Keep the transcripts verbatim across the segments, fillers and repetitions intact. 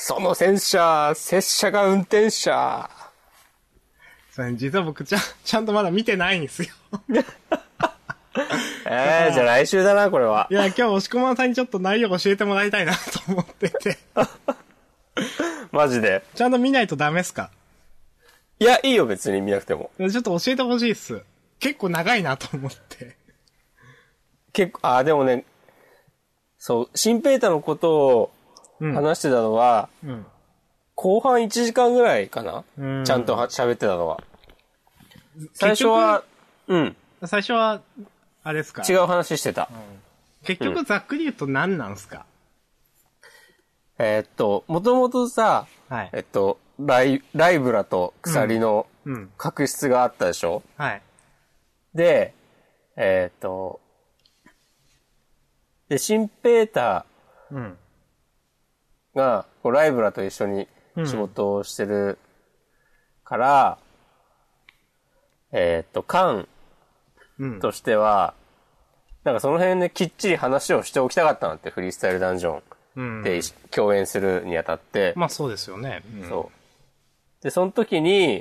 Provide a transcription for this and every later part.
その戦車、拙者が運転者。 それ実は僕ちゃん、ちゃんとまだ見てないんですよ。 えー、じゃあ来週だな、これは。 いや、今日押し込まんさんにちょっと内容教えてもらいたいなと思ってて。 マジで。 ちゃんと見ないとダメっすか？ いや、いいよ、別に見なくても。 ちょっと教えてほしいっす。結構長いなと思って。 結構、あ、でもね、そう、シンペーターのことを話してたのは、うんうん、後半いちじかんぐらいかな、うん、ちゃんと喋ってたのは。最初は、うん。 最初は、あれですか？ 違う話してた。うん、 結局ざっくり言うと何なんすか？ うん、えー、っと、もともとさ、はい、えっと、ライ、ライブラと鎖の確執があったでしょ、うんうん、はい。で、えー、っと、で、シンペーターが、こうライブラと一緒に仕事をしてるから、うん、えー、っと、カンとしては、うん、なんかその辺できっちり話をしておきたかったなって、フリースタイルダンジョンで共演するにあたって。 まあそうですよね。 うん、そう。で、その時に、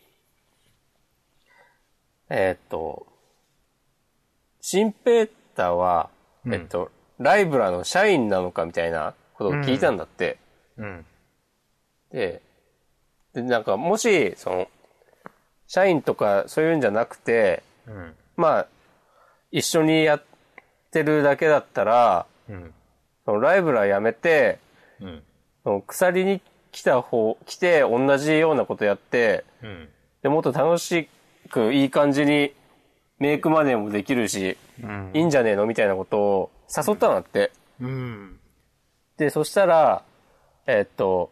えー、っと、シンペーターは、えっと、うん、ライブラの社員なのかみたいなことを聞いたんだって。うん。うん、で、で、なんかもし、その、社員とかそういうんじゃなくて、うん、まあ、一緒にやってるだけだったら、うん、そのライブラやめて、うん、その鎖に来た方、来て同じようなことやって、うん、で、もっと楽しくいい感じにメイクマネーもできるし、うん、いいんじゃねえのみたいなことを誘ったんだって。うんうん、で、そしたら、えー、っと、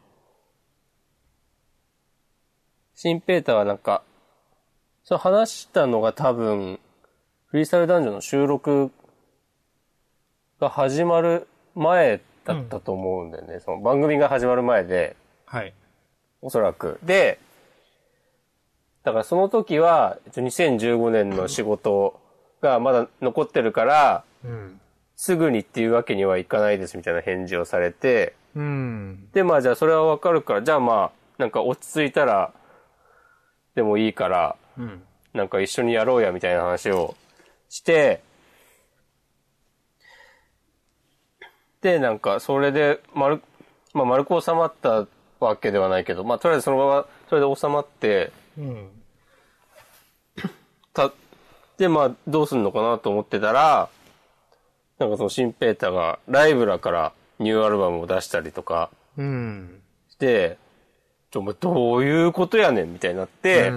シンペーターはなんか、そう話したのが多分、フリースタイルダンジョンの収録が始まる前だったと思うんだよね。うん、その番組が始まる前で。はい。おそらく。で、だからその時は、にせんじゅうごねんの仕事がまだ残ってるから、うん、すぐにっていうわけにはいかないですみたいな返事をされて、うん、で、まあじゃあそれはわかるから、じゃあまあ、なんか落ち着いたら、でもいいから、うん、なんか一緒にやろうやみたいな話をして、で、なんかそれで丸、まあ丸く収まったわけではないけど、まあとりあえずそのまま、それで収まって、うん、た、で、まあどうすんのかなと思ってたら、なんかそのシンペーターがライブラからニューアルバムを出したりとかして、ちょ、お前どういうことやねんみたいになって、うん、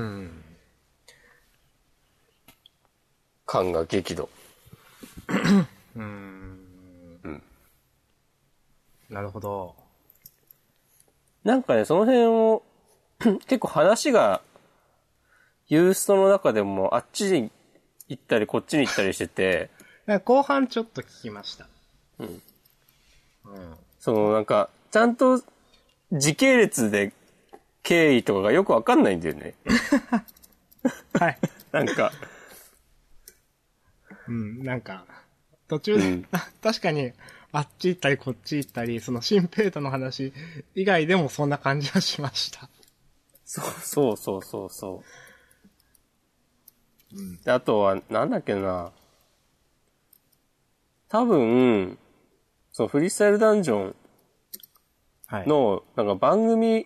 感が激怒。 うーん、うん。なるほど。 なんかね、その辺を、結構話が、ユーストの中でもあっちに行ったりこっちに行ったりしてて、 後半ちょっと聞きました。うん。うん。 そのなんか、ちゃんと時系列で経緯とかがよくわかんないんだよね。 はい。 なんか。 うん、なんか、途中で、うん、確かに、あっち行ったりこっち行ったり、そのシンペータの話以外でもそんな感じはしました。 そうそうそうそうそう。うん。で、あとは、なんだっけな。多分、そのフリースタイルダンジョンの、なんか番組、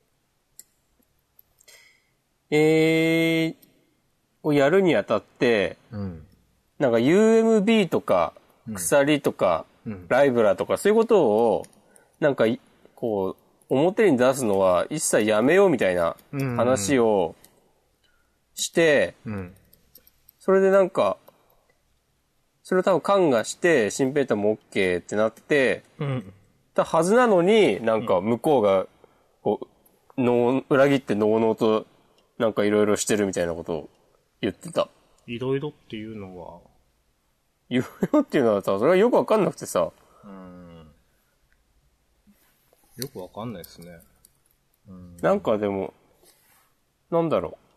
えー、をやるにあたって、うん、なんか ユーエムビー とか、鎖とか、うん、ライブラとか、そういうことを、なんか、こう、表に出すのは一切やめようみたいな話をして、うんうん、それでなんか、それを多分カンがして、シンペーターも OK ってなって、うん、たはずなのに、なんか向こうが、こう、の裏切ってのうのうと、なんかいろいろしてるみたいなことを言ってた。 いろいろっていうのは、 いろいろっていうのはさ、それはよくわかんなくてさ。 うん。よくわかんないですね。 うん、なんかでも、なんだろ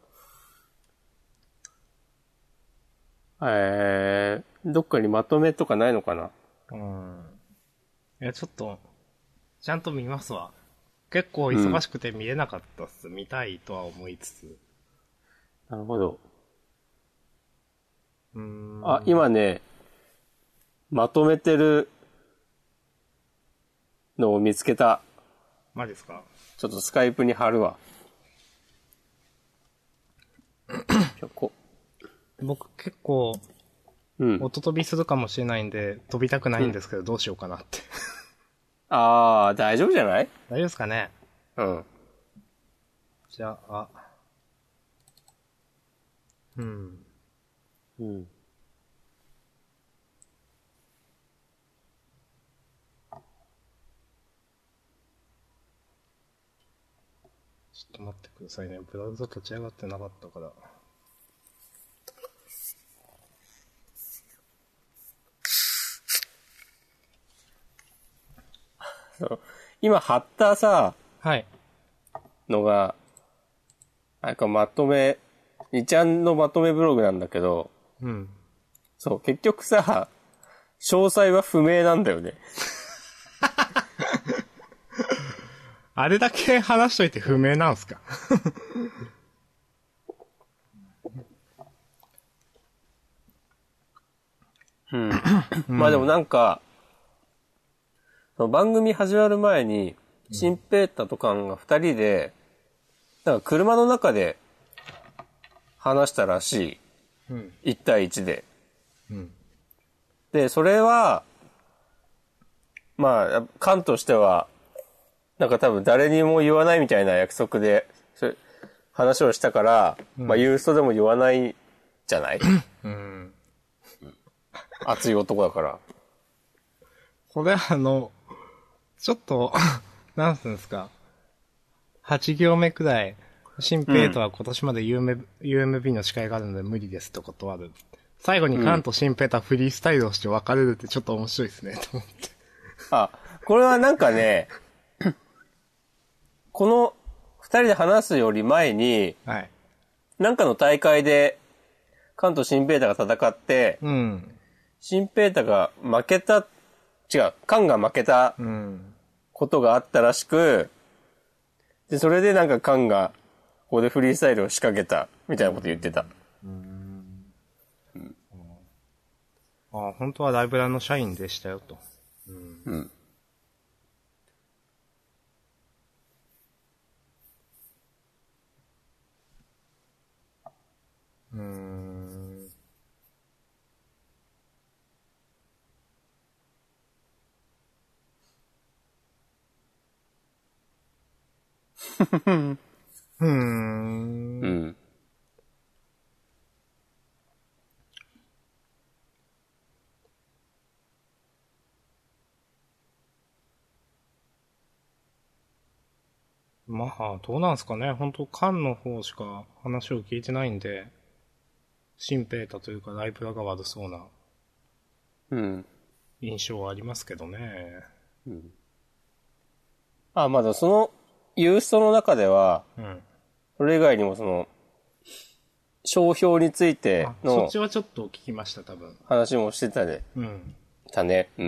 う。えー、どっかにまとめとかないのかな。 うん。いや、ちょっと、ちゃんと見ますわ。 結構忙しくて見れなかったっす。うん、見たいとは思いつつ。 なるほど。 うーん。 あ、今ね、まとめてるのを見つけた。 マジですか？ ちょっとスカイプに貼るわ。こ僕結構、 うん。 音飛びするかもしれないんで、飛びたくないんですけど、どうしようかなって。 あー、大丈夫じゃない？ 大丈夫ですかね？ うん。 じゃあ、うん。 うん。 ちょっと待ってくださいね。ブラウザ立ち上がってなかったから。 そう今貼ったさ、 はい。 のが、なんかまとめ、にちゃんのまとめブログなんだけど、 うん。 そう、結局さ、詳細は不明なんだよね。 あれだけ話しといて不明なんすか？ うん。まあでもなんか、番組始まる前に、シンペータとカンが二人で、なんか車の中で話したらしい。 うん。 一対一で。 うん。 で、それは、まあ、カンとしては、なんか多分誰にも言わないみたいな約束で、話をしたから、うん、まあ言う人でも言わないじゃない？うん。熱い男だから。 これあの、ちょっと、なんすんですか。はち行目くらい、シンペイトは今年まで ユーエム、ユーエムビー の司会があるので無理ですと断る。最後にカンとシンペイトはフリースタイルをして別れるってちょっと面白いですね、と思って。 あ、これはなんかね、この二人で話すより前に、はい、なんかの大会でカンとシンペイタが戦って、うん、シンペイタが負けた、違う、カンが負けたことがあったらしく、で、それでなんかカンがここでフリースタイルを仕掛けたみたいなこと言ってた。うんうん、あ、本当はライブラの社員でしたよと。うんうんうーん。うーん。うん。まあ、どうなんすかね。本当カンの方しか話を聞いてないんで。シンペータというかライブラが悪そうな、うん、印象はありますけどね。うん。 あ、まだそのユーストの中では、うん、それ以外にもその商標についてのそっちはちょっと聞きました多分。 話もしてたね。うん。たね。うん。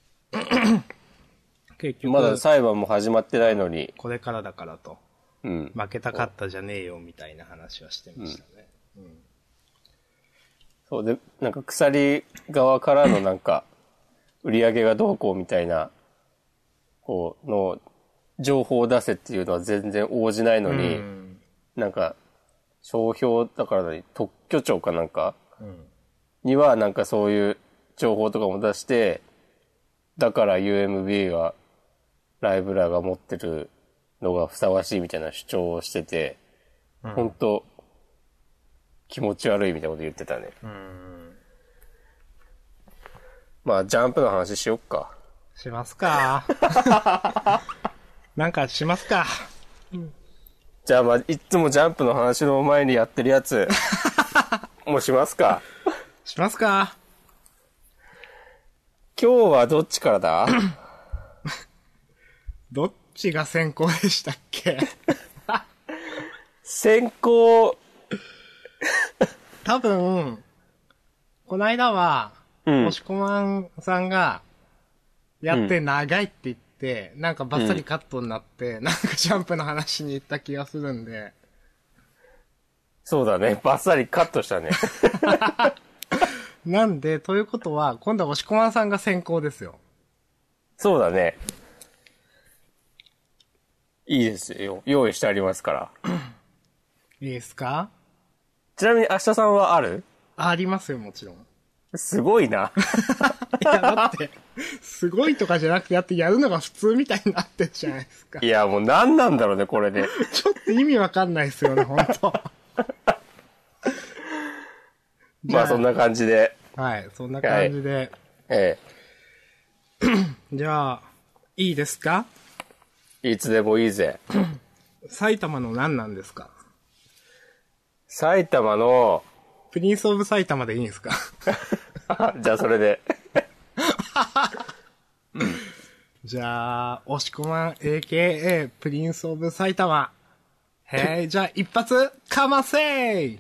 結局まだ裁判も始まってないのに。 これからだからと。うん。負けたかったじゃねえよみたいな話はしてましたね。うん。うんそうで、なんか鎖側からのなんか、売り上げがどうこうみたいな、こう、の、情報を出せっていうのは全然応じないのに、うん、なんか、商標だからのに特許庁かなんか、うん、にはなんかそういう情報とかも出して、だから ユーエムビー はライブラが持ってるのがふさわしいみたいな主張をしてて、うん、本当気持ち悪いみたいなこと言ってたね。うん。まあ、ジャンプの話しよっか。 しますか。なんかしますか。 うん、じゃあまあ、いつもジャンプの話の前にやってるやつ、もうしますか。 しますか。 今日はどっちからだどっちが先行でしたっけ先行、 多分、この間は、うん、押し込まんさんが、やって長いって言って、なんかバッサリカットになって、うん、なんかジャンプの話に行った気がするんで。 そうだね。バッサリカットしたね。 なんで、ということは、今度は押し込まんさんが先行ですよ。 そうだね。いいですよ。用意してありますから。 いいですか？ ちなみに明日さんはある？ ありますよ、もちろん。 すごいな。 いや、だって、すごいとかじゃなくて、だってやるのが普通みたいになってるじゃないですか。 いや、もう何なんだろうね、これで。 ちょっと意味わかんないですよね、ほんと。 まあそんな感じで。 はい、そんな感じで。はい、 ええ。じゃあ、いいですか？ いつでもいいぜ。 埼玉の何なんですか？ 埼玉の、 プリンスオブ埼玉でいいんですか？ じゃあそれで。 うん、じゃあ、押し込まん エーケーエー プリンスオブ埼玉。へい、じゃあ一発かませー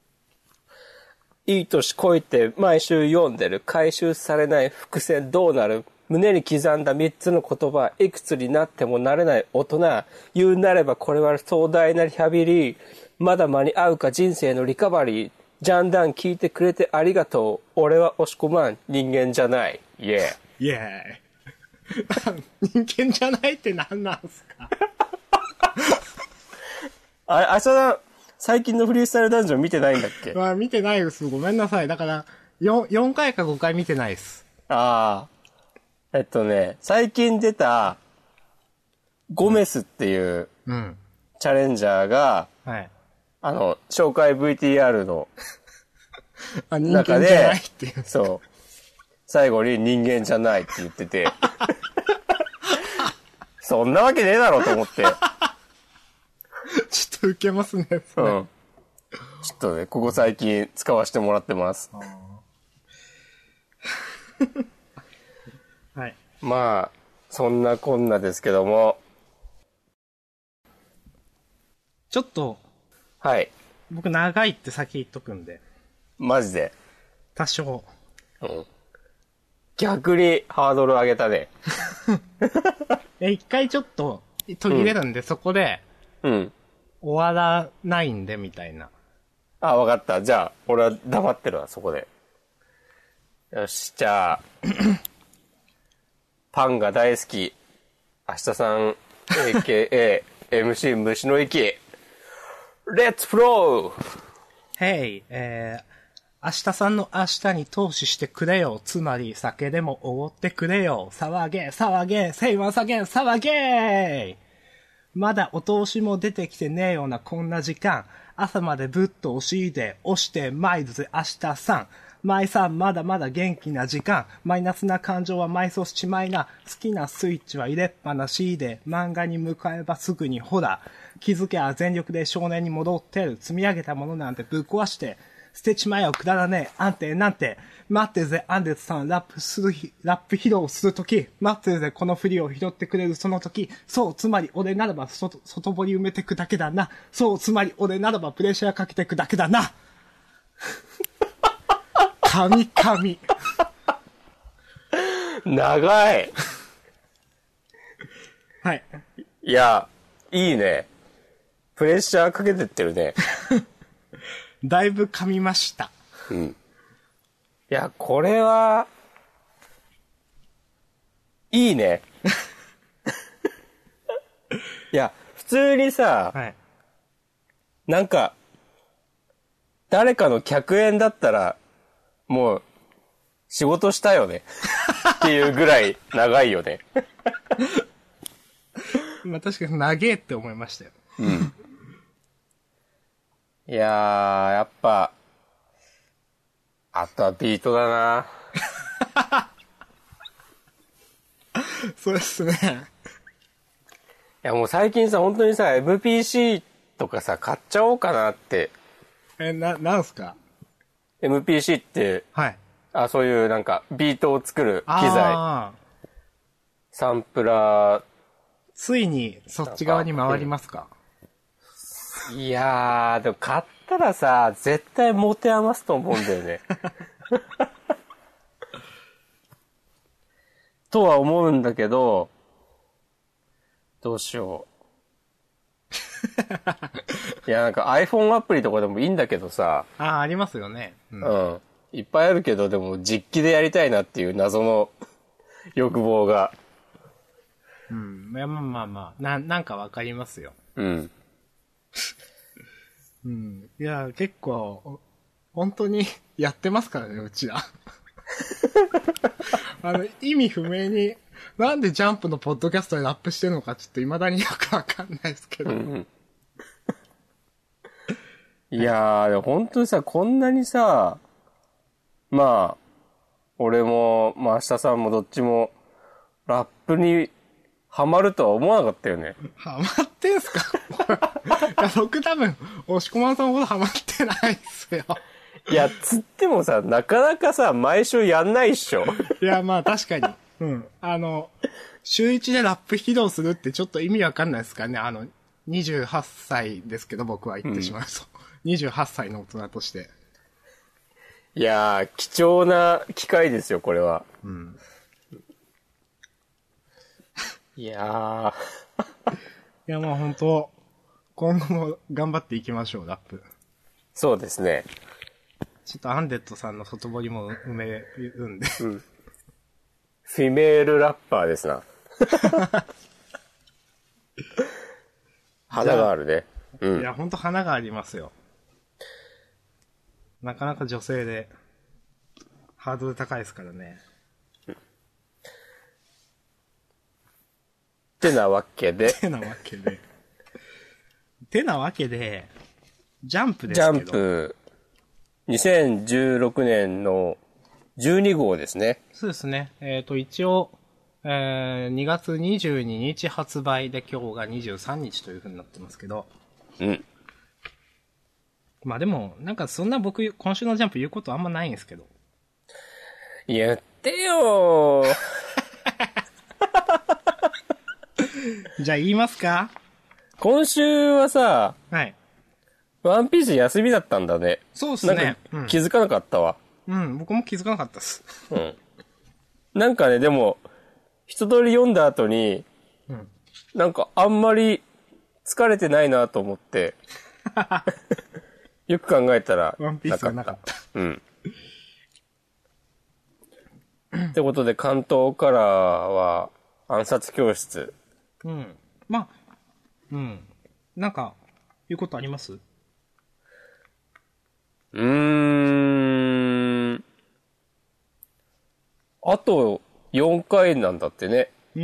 いい年こいて毎週読んでる回収されない伏線どうなる胸に刻んだ三つの言葉いくつになってもなれない大人言うなればこれは壮大なリハビリまだ間に合うか人生のリカバリージャンダン聞いてくれてありがとう俺は押し込まん人間じゃないイエーイエーイ人間じゃないって何なんすかあれ、あしら最近のフリースタイルダンジョン見てないんだっけ？ まあ見てないです。ごめんなさい。だから、よん、よんかいかごかい見てないです。 ああ。えっとね、最近出た、ゴメスっていう、うん。チャレンジャーが、はい。あの、紹介 ブイティーアール のあ、人間じゃないっていう。 そう。最後に人間じゃないって言ってて、そんなわけねえだろと思って。 ちょっとウケますね。 うん。ちょっとね、ここ最近使わせてもらってます。 はい。 まあ、そんなこんなですけども。 ちょっと。 はい。 僕長いって先言っとくんで。 マジで。 多少。 うん。逆にハードル上げたね。 え、一回ちょっと途切れるんで、うん、そこで。 うん。 終わらないんで、みたいな。 あ、わかった。じゃあ、俺は黙ってるわ、そこで。よし、じゃあ、パンが大好き、明日さん、エーケーエー、エムシー 虫の息、レッツフロー !Hey, えー、明日さんの明日に投資してくれよ。つまり、酒でもおごってくれよ。騒げ、騒げ、セイワンサゲン、騒げーまだお通しも出てきてねえようなこんな時間。朝までぶっと押し入れ、押して参るぜ明日さん。舞さんまだまだ元気な時間。マイナスな感情は埋葬しちまいな。好きなスイッチは入れっぱなしで、漫画に向かえばすぐにほら。気づけば全力で少年に戻ってる。積み上げたものなんてぶっ壊して。捨てちまえよくだらねえ。あんてなんて。待ってるぜ、アンデスさん、ラップする日、ラップ披露するとき。待ってるぜ、この振りを拾ってくれるそのとき。そう、つまり俺ならば外、外堀埋めてくだけだな。そう、つまり俺ならばプレッシャーかけてくだけだな。神神。 長い。 はい。 いや、いいね。プレッシャーかけてってるね。 だいぶ噛みました。 うん。いや、これは、いいね。いや、普通にさ、はい、なんか、誰かの客演だったら、もう、仕事したよね。っていうぐらい長いよね。 まあ確かに長えって思いましたよ。 うん。いやー、やっぱ、あとはビートだな。 そうですね。 いやもう最近さ、本当にさ、エムピーシー とかさ、買っちゃおうかなって。 え、な、なんすかエムピーシー って、 はい。 あ、そういうなんか、ビートを作る機材。サンプラー。 ついに、そっち側に回りますか、 うん、いやー、でも買ったらさ、絶対持て余すと思うんだよね。とは思うんだけど、 どうしよう。いや、なんか iPhone アプリとかでもいいんだけどさ。 ああ、ありますよね。 うん。うん。いっぱいあるけど、でも実機でやりたいなっていう謎の欲望が。 うん。まあまあまあまあ、な、なんかわかりますよ。 うん。 うん。いや、結構、本当にやってますからね、うちら。あの、意味不明に、なんでジャンプのポッドキャストでラップしてるのかちょっと未だによくわかんないですけど。うん、 いやー、本当にさ、こんなにさ、まあ、俺も、まあ、明日さんもどっちも、ラップにハマるとは思わなかったよね。 ハマってんすかいや僕多分、押し込まんさんほどハマってないっすよ。 いや、つってもさ、なかなかさ、毎週やんないっしょ。 いや、まあ確かに。うん。あの、週一でラップ披露するってちょっと意味わかんないですからね。あの、にじゅうはっさいですけど、僕は言ってしまうと。うん、にじゅうはっさいの大人として。 いやー、貴重な機会ですよ、これは。うん。いやー。 いや、まあ本当今後も頑張っていきましょう、ラップ。 そうですね。 ちょっとアンデッドさんの外堀も埋めるんで。うん。 フィメールラッパーですな。花があるね。 うん。いや、ほんと花がありますよ。なかなか女性で、ハードル高いですからね。うん、 てなわけで。 てなわけで。てなわけで、ジャンプですけど。 ジャンプ、にせんじゅうろくねんのじゅうにごうですね。 そうですね。えっと、一応、えー、にがつにじゅうににち発売で今日がにじゅうさんにちという風になってますけど。うん。まあでも、なんかそんな僕、今週のジャンプ言うことあんまないんですけど。 言ってよー。 じゃあ言いますか？ 今週はさ、 はい。 ワンピース休みだったんだね。 そうっすね。 なんか気づかなかったわ。 うん、うん、僕も気づかなかったっす。 うん。なんかね、でも、一通り読んだ後に、うん、なんかあんまり疲れてないなと思って、よく考えたらワンピースがなかった。 うん。ってことで、関東からは暗殺教室。 うん。まあ、うん。なんか、言うことあります？ うーん。あとよんかいなんだってね。 うん。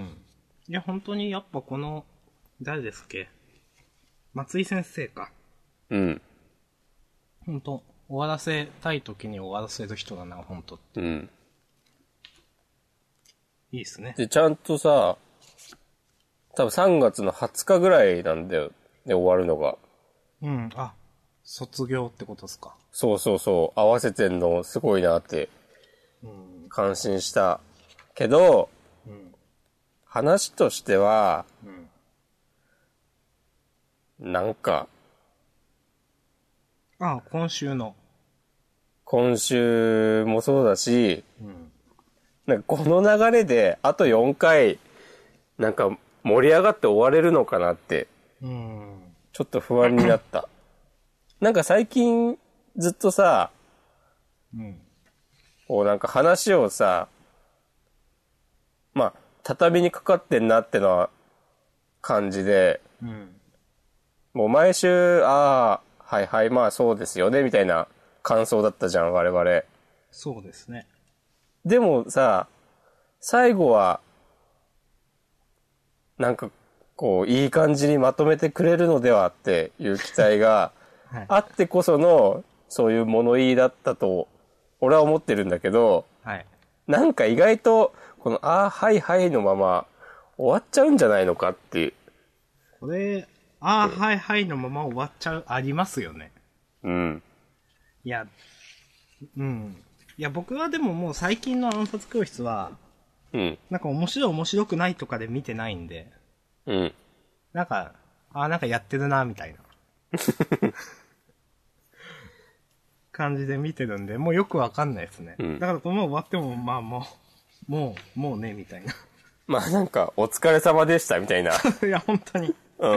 いや、本当にやっぱこの、誰ですっけ？松井先生か。うん。本当終わらせたい時に終わらせる人だな、本当って。うん。いいっすね。 で、ちゃんとさ、多分さんがつのはつかぐらいなんだよ。で、終わるのが。 うん。あ、卒業ってことですか。 そうそうそう。合わせてんのすごいなって、感心したけど、うん、話としては、うん、なんか、 ああ、今週の。 今週もそうだし、うん、なんかこの流れであとよんかい、なんか盛り上がって終われるのかなって、うん、ちょっと不安になった。なんか最近ずっとさ、うん、こうなんか話をさ、まあ、畳にかかってんなってのは感じで、うん、もう毎週、ああ、はいはい、まあそうですよね、みたいな感想だったじゃん、我々。 そうですね。 でもさ、最後は、なんか、こう、いい感じにまとめてくれるのではっていう期待があってこその、そういう物言いだったと、俺は思ってるんだけど、はい、なんか意外と、この、あーはいはいのまま終わっちゃうんじゃないのかっていう。 これ、あーはいはいのまま終わっちゃう、ありますよね。うん。いや、うん。いや、僕はでももう最近の暗殺教室は、うん。なんか面白い面白くないとかで見てないんで、うん。なんか、あーなんかやってるな、みたいな。感じで見てるんで、もうよくわかんないですね。うん、だからこのまま終わっても、まあもう、もう、もうね、みたいな。 まあなんか、お疲れ様でしたみたいな。 いや、本当に。 うん。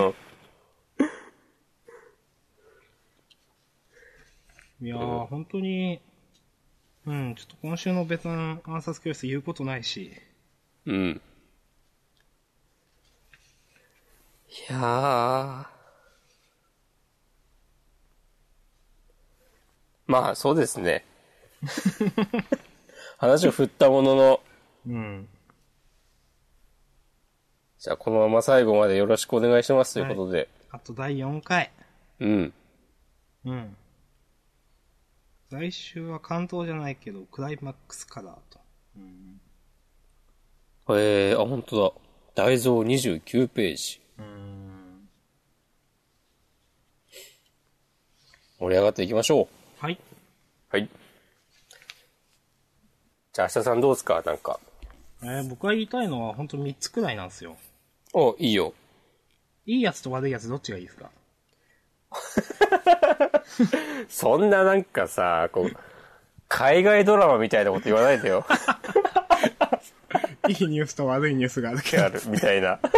いやー、本当に、うん、ちょっと今週の別の暗殺教室言うことないし。 うん。いやー。まあ、そうですね。話を振ったものの。 うん。 じゃあ、このまま最後までよろしくお願いしますということで。はい、 あとだいよんかい。 うん。 うん。来週は関東じゃないけど、クライマックスカラーと。うん、 えー、あ、本当だ。大蔵にじゅうきゅうページ。 うーん。 盛り上がっていきましょう。 はい。 はい。じゃあ、明日さんどうですかなんか。 えー、僕が言いたいのは本当みっつくらいなんですよ。 お、いいよ。 いいやつと悪いやつどっちがいいですか？ そんななんかさ、こう、海外ドラマみたいなこと言わないでよ。 いいニュースと悪いニュースがあるけど。 ある、みたいな。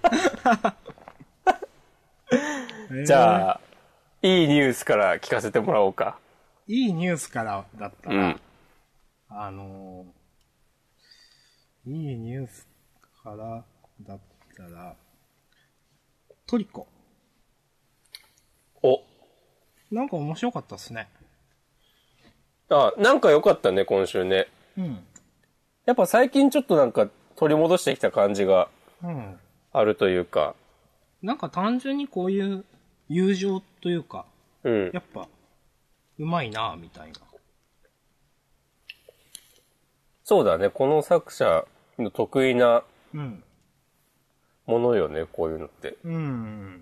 じゃあ、いいニュースから聞かせてもらおうか。 いいニュースからだったら、うん、あのー、いいニュースからだったら、トリコ。 お。 なんか面白かったっすね。 あ、なんか良かったね、今週ね。 うん。 やっぱ最近ちょっとなんか取り戻してきた感じがあるというか。 うん、なんか単純にこういう友情というか、 うん、 やっぱ、うまいなみたいな。 そうだね、この作者の得意なものよね、うん、こういうのって。 うん。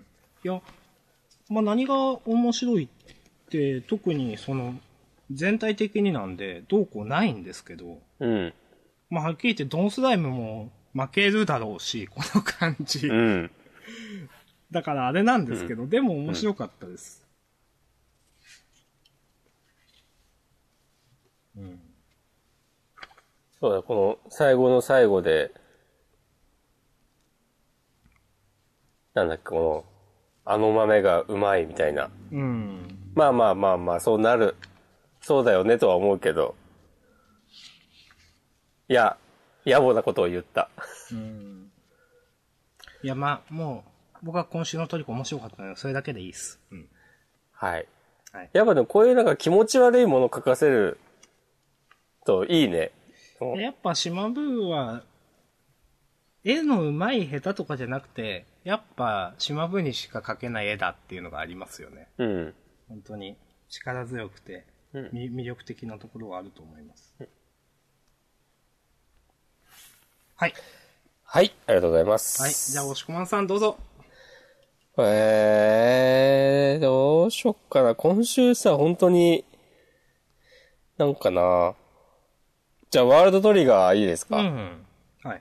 いや、まあ、何が面白いって、特にその、全体的になんで、どうこうないんですけど、 うん。 まあ、はっきり言ってドンスライムも負けるだろうし、この感じ。 うん。 だからあれなんですけど、うん、でも面白かったです。うん。 そうだ、この最後の最後で、なんだっけ、この、あの豆がうまいみたいな。 うん。 まあまあまあまあ、そうなる。そうだよねとは思うけど。いや、野暮なことを言った。 うん。いや、まあ、もう、僕は今週のトリコ面白かったので、それだけでいいっす。うん。 はい。 はい。 やっぱでもこういうなんか気持ち悪いものを書かせるといいね。 やっぱ島ブーは、絵の上手い下手とかじゃなくて、やっぱ島ブーにしか描けない絵だっていうのがありますよね。 うん。 本当に力強くて、 うん、 魅力的なところはあると思います。うん、はい。 はい、ありがとうございます。 はい。じゃあ、押し込まんさんどうぞ。 えー、どうしよっかな。今週さ、本当に、なんかな。じゃあ、ワールドトリガーいいですか？ うん。はい。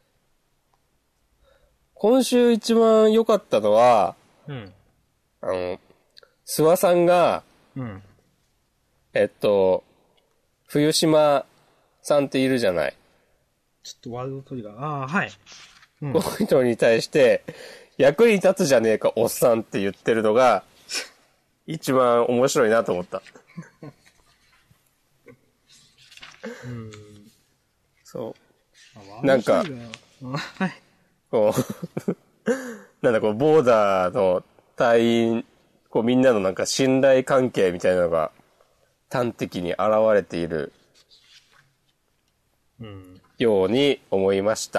今週一番良かったのは、 うん。 あの、諏訪さんが、 うん。 えっと、冬島さんっているじゃない。 ちょっとワールドトリガー、ああ、はい。 うん、この人に対して、役に立つじゃねえか、おっさんって言ってるのが、一番面白いなと思った。 うん。 そう。なんか、こう、なんだこう、ボーダーの隊員、こうみんなのなんか信頼関係みたいなのが端的に現れているように思いました。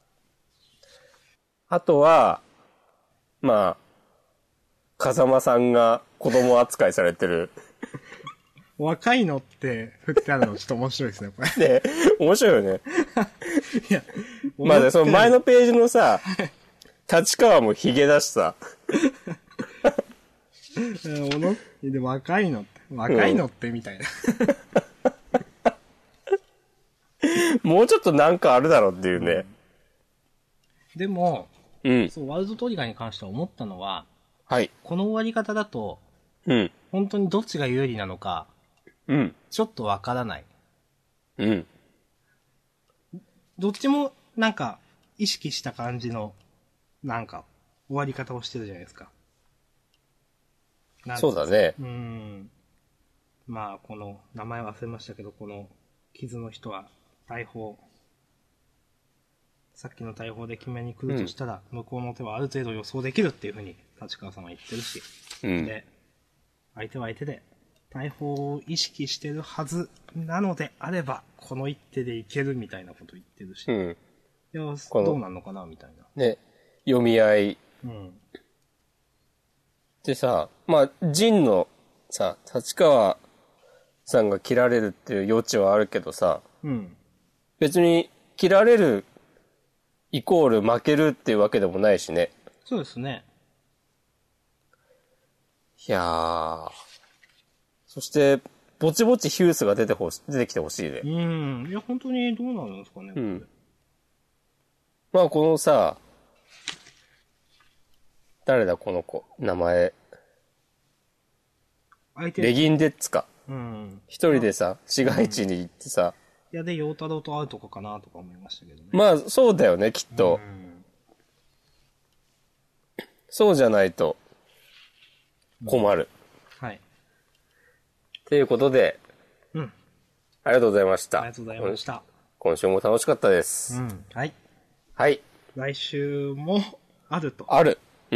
あとは、まあ、風間さんが子供扱いされてる。 若いのって振ってあるのちょっと面白いですね、これ。 ね、面白いよね。 いや、 まあね、その前のページのさ、立川もヒゲだしさ。 で若いのって、若いのって、うん、みたいな。 もうちょっとなんかあるだろうっていうね。 うん、でも、 うん、 そう、ワールドトリガーに関しては思ったのは、 はい。 この終わり方だと、 うん、 本当にどっちが有利なのか、 うん、 ちょっとわからない。 うん。 どっちもなんか、意識した感じの、なんか、終わり方をしてるじゃないですか。 そうだね。 うん。まあ、この、名前忘れましたけど、この、傷の人は、大砲、さっきの大砲で決めに来るとしたら、うん、向こうの手はある程度予想できるっていうふうに、立川さんは言ってるし、うん、で、相手は相手で、大砲を意識してるはずなのであれば、この一手でいけるみたいなこと言ってるし、うん、いや、どうなんのかなみたいな。 ね、読み合い。うん、でさ、まあ、陣のさ、立川さんが切られるっていう余地はあるけどさ、うん、別に切られるイコール負けるっていうわけでもないしね。 そうですね。 いやー。そして、ぼちぼちヒュースが出てほし、出てきてほしいね。 うん。いや、本当にどうなるんですかね。うん。 まあ、このさ、誰だこの子、名前。相手レギンデッツか。うん。一人でさ、市街地に行ってさ。 うん、いや、で、陽太郎と会うとかかなとか思いましたけどね。 まあ、そうだよね、きっと。うん、そうじゃないと、困る。 うん、はい。 ということで、うん。ありがとうございました。 ありがとうございました。 今週も楽しかったです。 うん。はい。 はい。 来週もあると。 ある。うん。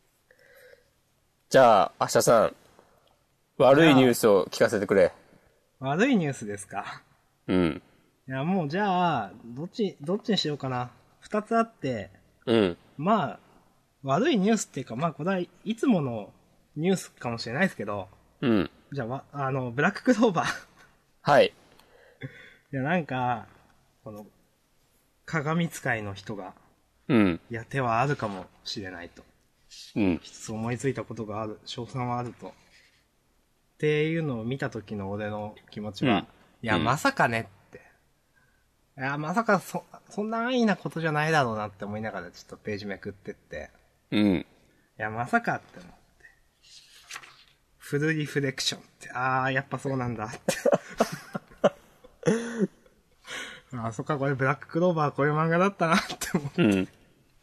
じゃあ、明日さん、悪いニュースを聞かせてくれ。 悪いニュースですか。うん。いや、もうじゃあ、どっち、どっちにしようかな。二つあって、うん。まあ、悪いニュースっていうか、まあ、これはいつものニュースかもしれないですけど、うん。じゃあ、あの、ブラッククローバー。はい。いや、なんか、この、鏡使いの人が、うん。いや、手はあるかもしれないと。うん。一つ思いついたことがある、賞賛はあると。っていうのを見た時の俺の気持ちは、うん、いや、まさかねって。いや、まさかそ、そんな安易なことじゃないだろうなって思いながらちょっとページめくってって。うん。いや、まさかって思って。フルリフレクションって、あー、やっぱそうなんだって。あ、そっか、これブラッククローバーこういう漫画だったなって思って。うん、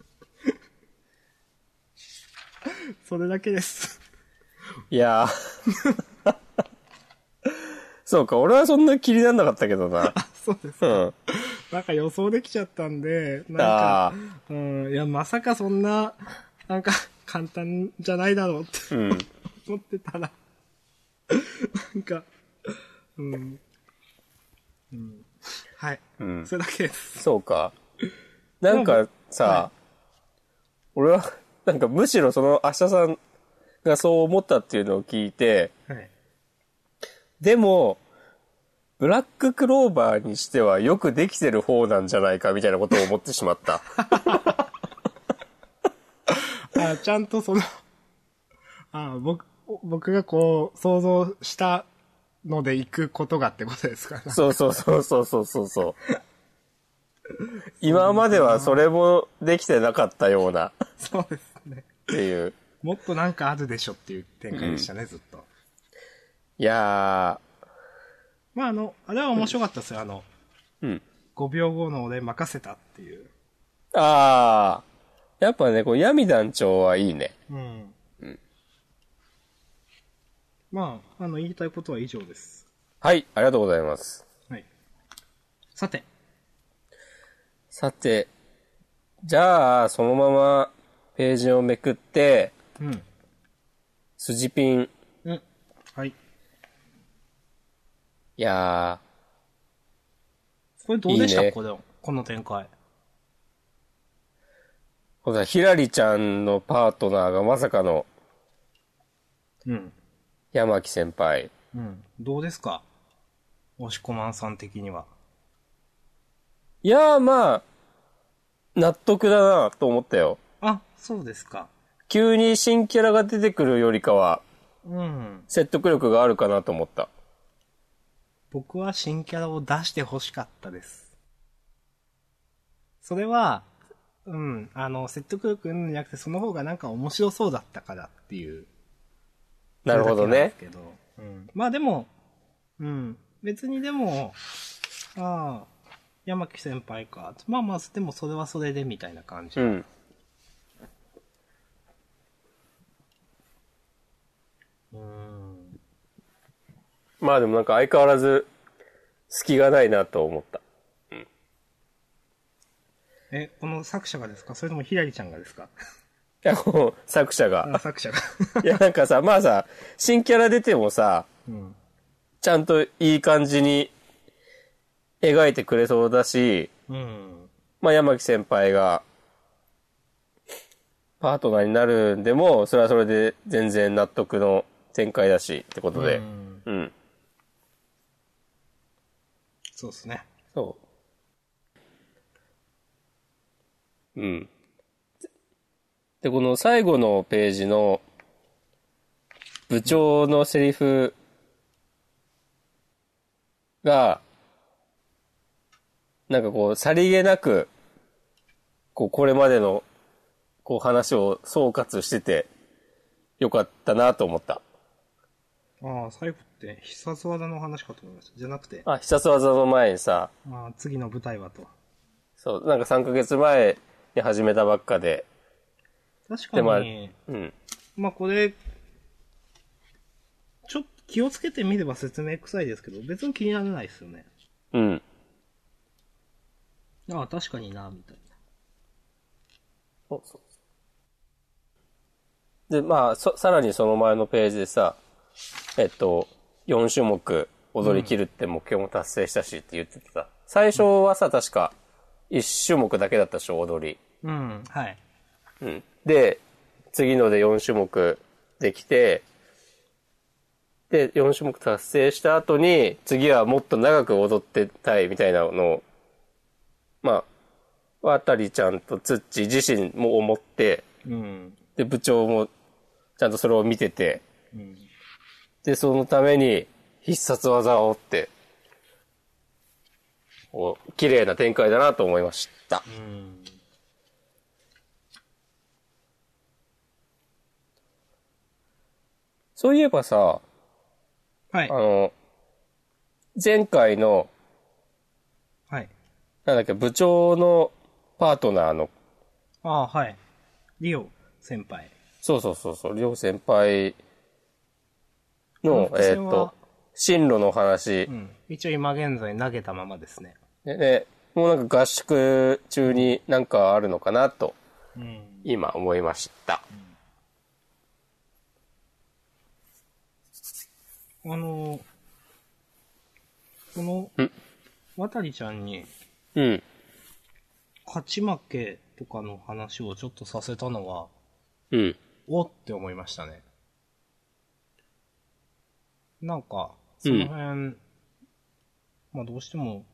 それだけです。 いやー。そうか、俺はそんな気にならなかったけどな。 あ、そうですか。うん。なんか予想できちゃったんで、なんか、うん、いや、まさかそんな、なんか、簡単じゃないだろうって、うん、思ってたら、なんか、うん。うん、はい、うん。それだけです。 そうか。なんかさ、はい、俺は、なんかむしろその明日さんがそう思ったっていうのを聞いて、はい、でも、ブラッククローバーにしてはよくできてる方なんじゃないかみたいなことを思ってしまった。 あ、ちゃんとそのあ、僕、僕がこう想像したので行くことがってことですかね。 そうそうそうそうそうそうそう。今まではそれもできてなかったような。 そうですね。 っていう。 もっとなんかあるでしょっていう展開でしたね、うん、ずっと。 いやー。 まああの、あれは面白かったですよ、あの、うん。ごびょうごの俺任せたっていう。 あー。やっぱね、こう闇団長はいいね。うん。うん、 まあ、あの、言いたいことは以上です。 はい、ありがとうございます。 はい。さて。 さて、じゃあ、そのままページをめくって、うん。筋ピン。うん。はい。いやー。これどうでした？いいね、これ、この展開。 ほら、ひらりちゃんのパートナーがまさかの、うん。山木先輩。 うん。どうですか？押し込まんさん的には。 いやー、まあ、納得だなと思ったよ。 あ、そうですか。 急に新キャラが出てくるよりかは、うん。説得力があるかなと思った。 僕は新キャラを出して欲しかったです。それは、うん、あの、説得力じゃなくて、その方がなんか面白そうだったからっていう。 なるほどね。 けど、うん、まあでも、うん、別にでも、ああ、 山木先輩か。まあまあ、でもそれはそれでみたいな感じ。 うん。 うーん。 まあでもなんか相変わらず隙がないなと思った。うん。 え、この作者がですか？それともひらりちゃんがですか？ いや、こう、作者が。 あ、作者が。 いや、なんかさ、まあさ、新キャラ出てもさ、 うん、 ちゃんといい感じに描いてくれそうだし、 うん。 まあ山木先輩がパートナーになるんでも、それはそれで全然納得の展開だし、ってことで。うん。うん、 そうですね。 そう。うん。で、この最後のページの部長のセリフが、なんかこう、さりげなく、こう、これまでの、こう、話を総括してて、よかったなと思った。 ああ、最後って必殺技の話かと思いました。じゃなくて。 あ、必殺技の前にさ、 ああ、次の舞台はと。 そう、なんかさんかげつまえに始めたばっかで。 確かに、まあ、 うん。 まあこれ、ちょっと気をつけてみれば説明臭いですけど、別に気にならないですよね。 うん。 ああ、確かにな、みたいな。 そうそう。で、まあ、そ、さらにその前のページでさ、えっと、よん種目踊り切るって目標も達成したしって言っててさ、最初はさ、確かいち種目だけだったでしょ、踊り。 うん、はい。 うん。で、次のでよん種目できて、で、よん種目達成した後に、次はもっと長く踊ってたいみたいなのを、まあ、渡りちゃんとつっち自身も思って、 うん。 で、部長もちゃんとそれを見てて、 うん、 で、そのために必殺技をって、こう綺麗な展開だなと思いました。うん、そういえばさ、 はい。 あの、前回の、 はい。 なんだっけ、部長のパートナーの、 ああ、はい。リオ先輩。 そうそうそうそう、りょう先輩の、えっ、ー、と、進路の話、 うん。一応今現在投げたままですね。 で、でもうなんか合宿中になんかあるのかなと、うん、今思いました。 うん、あの、この、渡りちゃんに、 うん。 勝ち負けとかの話をちょっとさせたのは、 うん。 おって思いましたね。なんか、その辺、うん、まあどうしても、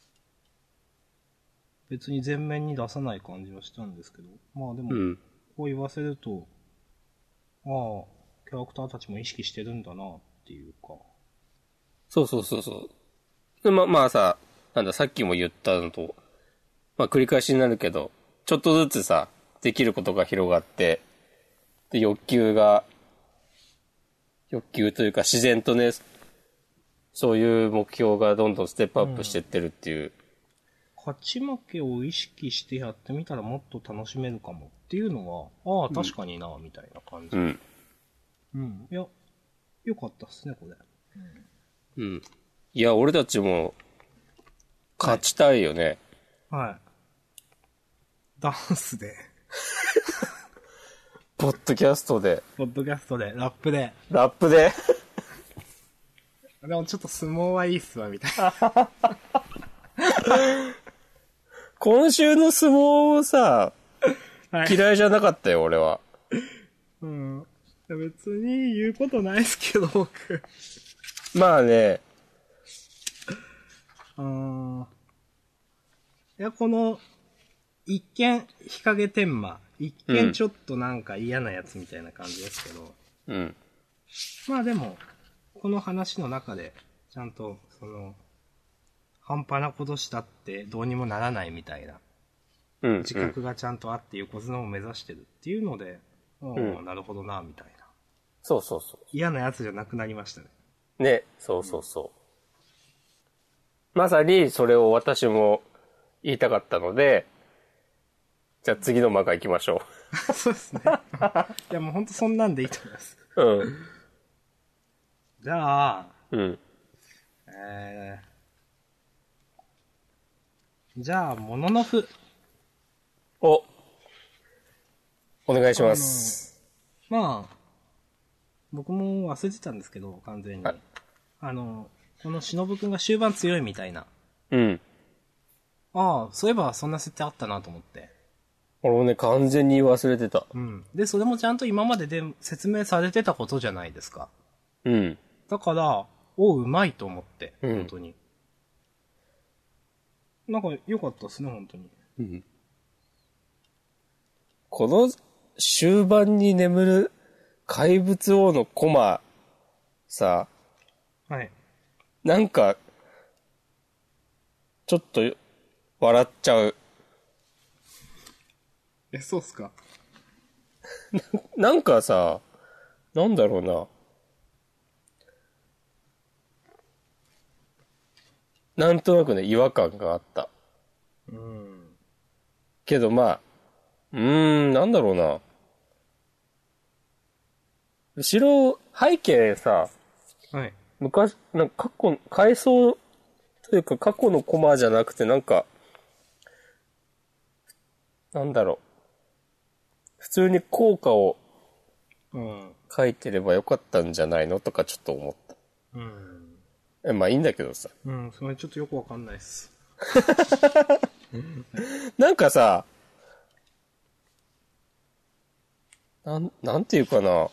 別に前面に出さない感じはしたんですけど、まあでも、こう言わせると、ああ、キャラクターたちも意識してるんだなっていうか。 そうそうそうそう。でま、まあさ、なんだ、さっきも言ったのと、まあ繰り返しになるけど、ちょっとずつさ、できることが広がって、で、欲求が、欲求というか自然とね、そういう目標がどんどんステップアップしてってるっていう。うん、 勝ち負けを意識してやってみたらもっと楽しめるかもっていうのは、ああ、確かにな、みたいな感じ。うん。うん。いや、よかったっすね、これ。 うん。いや、俺たちも、勝ちたいよね。 はい。はい、ダンスで。 ポッドキャストで。 ポッドキャストで、ラップで。 ラップで。 でもちょっと相撲はいいっすわ、みたいな。 今週の相撲さ、はい、嫌いじゃなかったよ、俺は。 うん。別に言うことないっすけど、僕。 まあね。 うん。いや、この、一見、日陰天馬。一見ちょっとなんか嫌なやつみたいな感じですけど。 うん。 まあでも、この話の中で、ちゃんと、その、半端なことしたってどうにもならないみたいな。うん。自覚がちゃんとあって横綱を目指してるっていうので、うん、なるほどな、みたいな。 そうそうそう。 嫌なやつじゃなくなりましたね。 ね、そうそうそう。まさにそれを私も言いたかったので、じゃあ次の漫画行きましょそうですね。いやもうほんとそんなんでいいと思います。 う。うん。 じゃあ、 うん。 えー、じゃあ、もののふ。 お、お願いします。 まあ、僕も忘れてたんですけど、完全に。 はい、 あの、この忍くんが終盤強いみたいな。 うん。 ああ、そういえばそんな設定あったなと思って。 俺もね、完全に忘れてた。 うん。で、それもちゃんと今までで説明されてたことじゃないですか。 うん。 だから、おう、うまいと思って、 うん、 本当に。なんか良かったですね、本当に。 うん。この終盤に眠る怪物王のコマ、さ、 はい。 なんか、ちょっと笑っちゃう。 え、そうっすか。 な、なんかさ、なんだろうな。なんとなくね、違和感があった。 うん。 けどまあ、うーん、なんだろうな。後ろ、背景さ、 はい。 昔、なんか過去、回想というか過去のコマじゃなくてなんか、なんだろう。普通に効果をうん。 書いてればよかったんじゃないのとかちょっと思った。 うん。 え、まあいいんだけどさ。 うん、それちょっとよくわかんないっす。 なんかさ、なん、なんていうかな。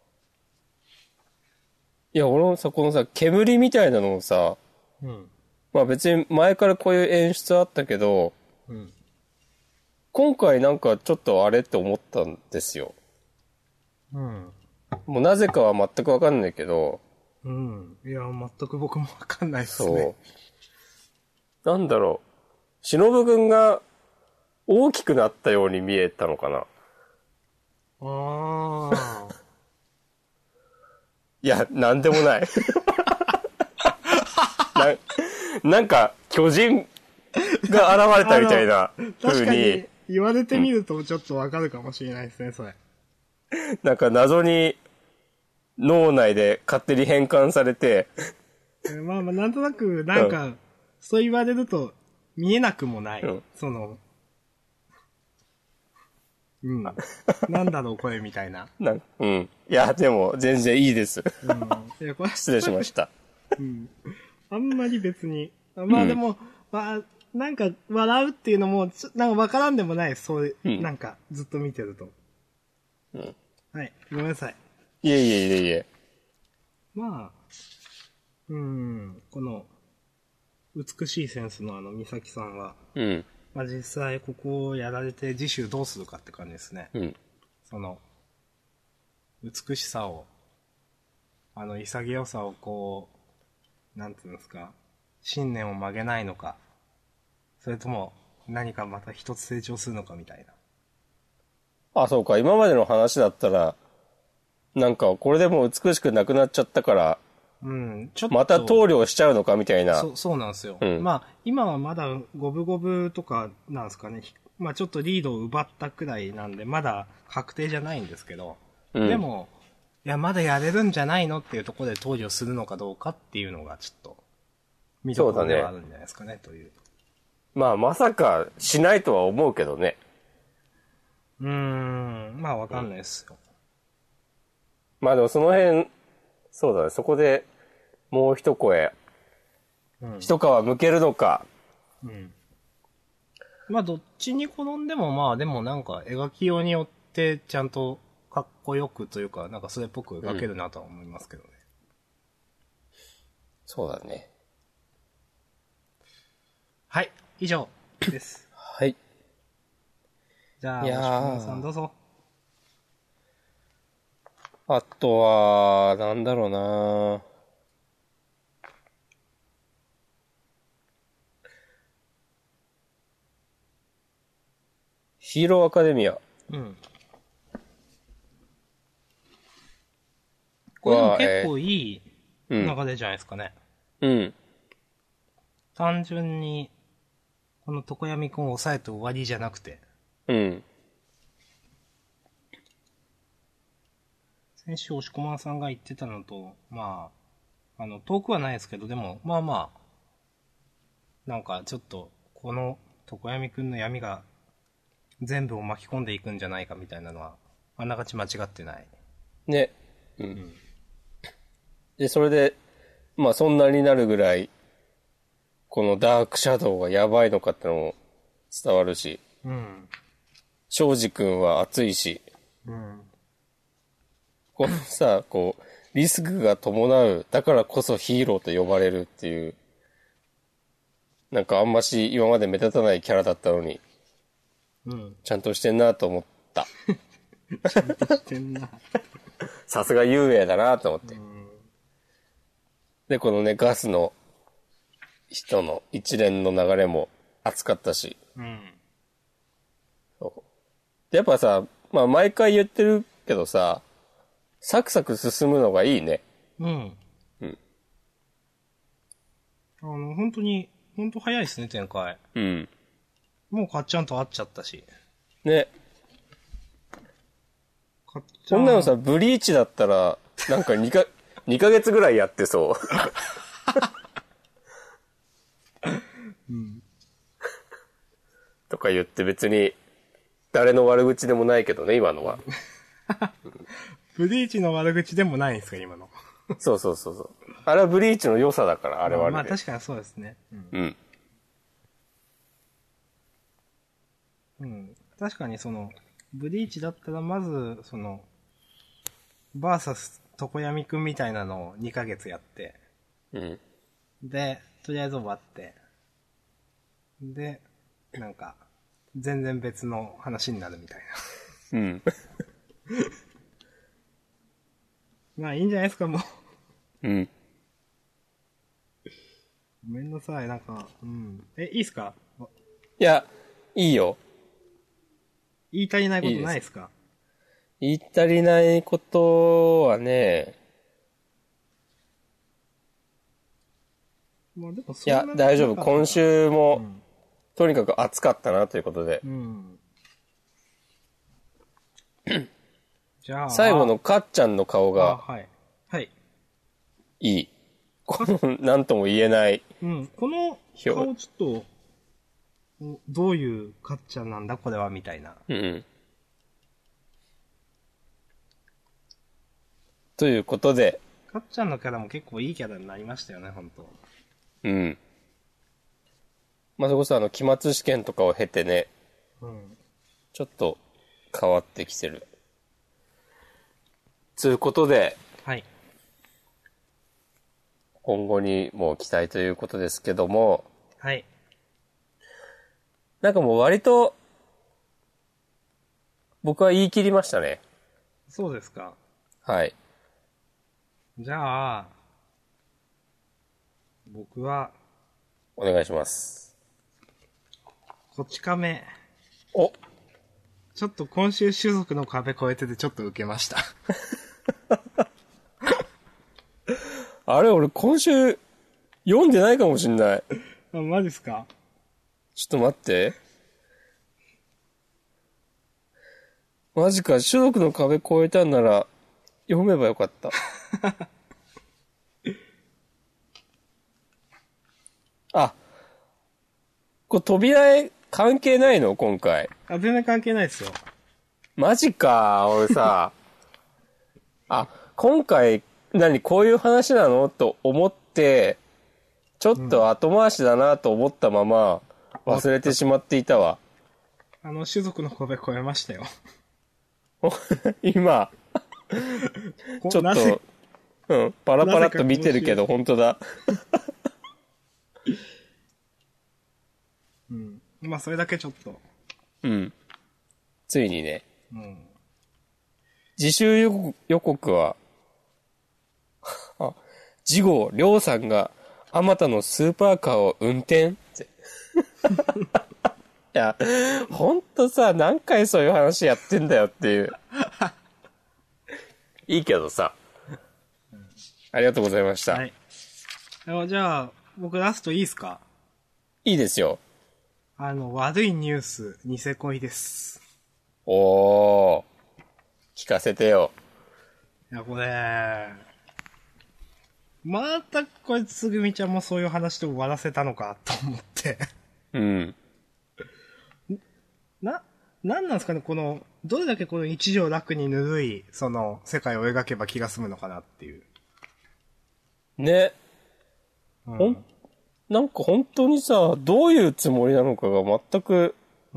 いや、俺もさ、このさ、煙みたいなのをさ、 うん。 まあ別に前からこういう演出あったけど、 うん。 今回なんかちょっとあれって思ったんですよ。 うん。 もうなぜかは全くわかんないけど、 うん。いや、全く僕もわかんないっすそね。 う。なんだろう。忍くんが大きくなったように見えたのかな。 ああ。 いや、なんでもない。な、なんか、巨人が現れたみたいな風に、 言われてみるとちょっとわかるかもしれないですね、それ。 なんか謎に脳内で勝手に変換されて、 まあまあ、なんとなく、なんか、うん、そう言われると見えなくもない。うん、その、うん。なんだろう、これみたいな。 なうん。いや、でも、全然いいです。うん、いやこれ失礼しました。 うん。あんまり別に。まあでも、うん、まあ、なんか、笑うっていうのも、なんかわからんでもない。そういう、うん、なんか、ずっと見てると。うん。はい、ごめんなさい。 いえいえいえいえ。 まあ、うん、この、美しいセンスのあの、美咲さんは、うん。まあ実際ここをやられて次週どうするかって感じですね。うん。その、美しさを、あの、潔さをこう、なんていうんですか、信念を曲げないのか、それとも何かまた一つ成長するのかみたいな。あ、そうか。今までの話だったら、なんかこれでもう美しくなくなっちゃったから、うん、ちょっと。また投了しちゃうのかみたいな。 そう、そうなんですよ。うん、まあ、今はまだ五分五分とかなんですかね。まあちょっとリードを奪ったくらいなんで、まだ確定じゃないんですけど、うん、でも、いや、まだやれるんじゃないのっていうところで投了するのかどうかっていうのがちょっと、見どころではあるんじゃないですかね、という。 まあ、まさかしないとは思うけどね。 うーん、まあわかんないですよ。 うん、まあでもその辺、そうだね、そこでもう一声、うん、一皮むけるのか。うん。 まあどっちに転んでもまあでもなんか描きようによってちゃんとかっこよくというか、なんかそれっぽく描けるなとは思いますけどね。うん、 そうだね。 はい、以上です。 はい。 じゃあ、押し込さんどうぞ。 あとは、なんだろうなヒーローアカデミア。うん。 これでも結構いい流れじゃないですかね。うん。単純に、 この常闇くんを抑えて終わりじゃなくて。 うん。 先週、押しこまんさんが言ってたのと、まあ、あの、遠くはないですけど、でも、まあまあ、なんかちょっと、この常闇くんの闇が全部を巻き込んでいくんじゃないかみたいなのは、あながち間違ってない。 ね。うん。うん、で、それで、まあそんなになるぐらい、このダークシャドウがやばいのかってのも伝わるし、 うん。 庄司くんは熱いし、 うん。 このさ、こう、リスクが伴う、だからこそヒーローと呼ばれるっていう、なんかあんまし今まで目立たないキャラだったのに、 うん。 ちゃんとしてんなと思った。 ちゃんとしてんな。 さすが雄英だなと思って。で、このね、ガスの人の一連の流れも熱かったし。 うん。 そうでやっぱさ、まあ毎回言ってるけどさ、サクサク進むのがいいね。 うん。うん。あの、本当に、本当早いですね、展開。 うん。 もうかっちゃんと会っちゃったし。 ね。 かっちゃん。 こんなのさ、ブリーチだったら、なんかにか、にかげつぐらいやってそう。うん。とか言って別に、誰の悪口でもないけどね、今のは。 ブリーチの悪口でもないんですか、今の。 そうそうそうそう。あれはブリーチの良さだから、あれはあれで。 まあ、まあ確かにそうですね。うん。 うん。 うん。確かにその、ブリーチだったらまず、その、バーサス常闇くんみたいなのをにかげつやって。 うん。 で、とりあえず終わって。で、なんか、全然別の話になるみたいな。うん。 まあいいんじゃないですか、もう。うん。 ごめんなさい、なんか、うん。え、いいっすか？ いや、いいよ。 言い足りないことないっすか？ 言い足りないことはね、 まあでもそいや、大丈夫。今週も、うん、とにかく暑かったなということで。うん。じゃあ。最後のかっちゃんの顔が、 はい。はい。 いい。この、なんとも言えない。 うん。この顔ちょっと、どういうかっちゃんなんだこれはみたいな。うん。 ということで。 かっちゃんのキャラも結構いいキャラになりましたよね、本当。 うん。まあ、そこそあの、期末試験とかを経てね。うん。ちょっと変わってきてる。つうことで。はい。今後にも期待ということですけども。はい。なんかもう割と、僕は言い切りましたね。 そうですか。 はい。 じゃあ、僕は、 お願いします。 こち亀。 おちょっと今週種族の壁越えててちょっと受けました。 あれ俺今週読んでないかもしんない。 あ、マジっすか？ ちょっと待って。マジか、種族の壁越えたんなら読めばよかった。あ、これ扉絵関係ないの今回。 あ、全然関係ないですよ。 マジか、俺さ。あ、今回、何、こういう話なのと思って、ちょっと後回しだなと思ったまま、忘れてしまっていたわ。 あの、種族の壁越えましたよ。 今、ちょっと、うん、パラパラっと見てるけど、本当だ。 うん。まあ、それだけちょっと。 うん。ついにね。うん。自習予告、予告は、あ、次号、りょうさんが、あまたのスーパーカーを運転って。いや、ほんとさ、何回そういう話やってんだよっていう。いいけどさ。ありがとうございました。はい。 じゃあ、僕ラストいいっすか？ いいですよ。 あの、悪いニュース、ニセ恋です。 おー。聞かせてよ。 いや、これ、またこいつつぐみちゃんもそういう話で終わらせたのか、と思って。 うん。 な、なんなんですかね、この、どれだけこの一条楽にぬるい、その、世界を描けば気が済むのかなっていう。 ね。 うん、 ほん、なんか本当にさ、どういうつもりなのかが全く、うん。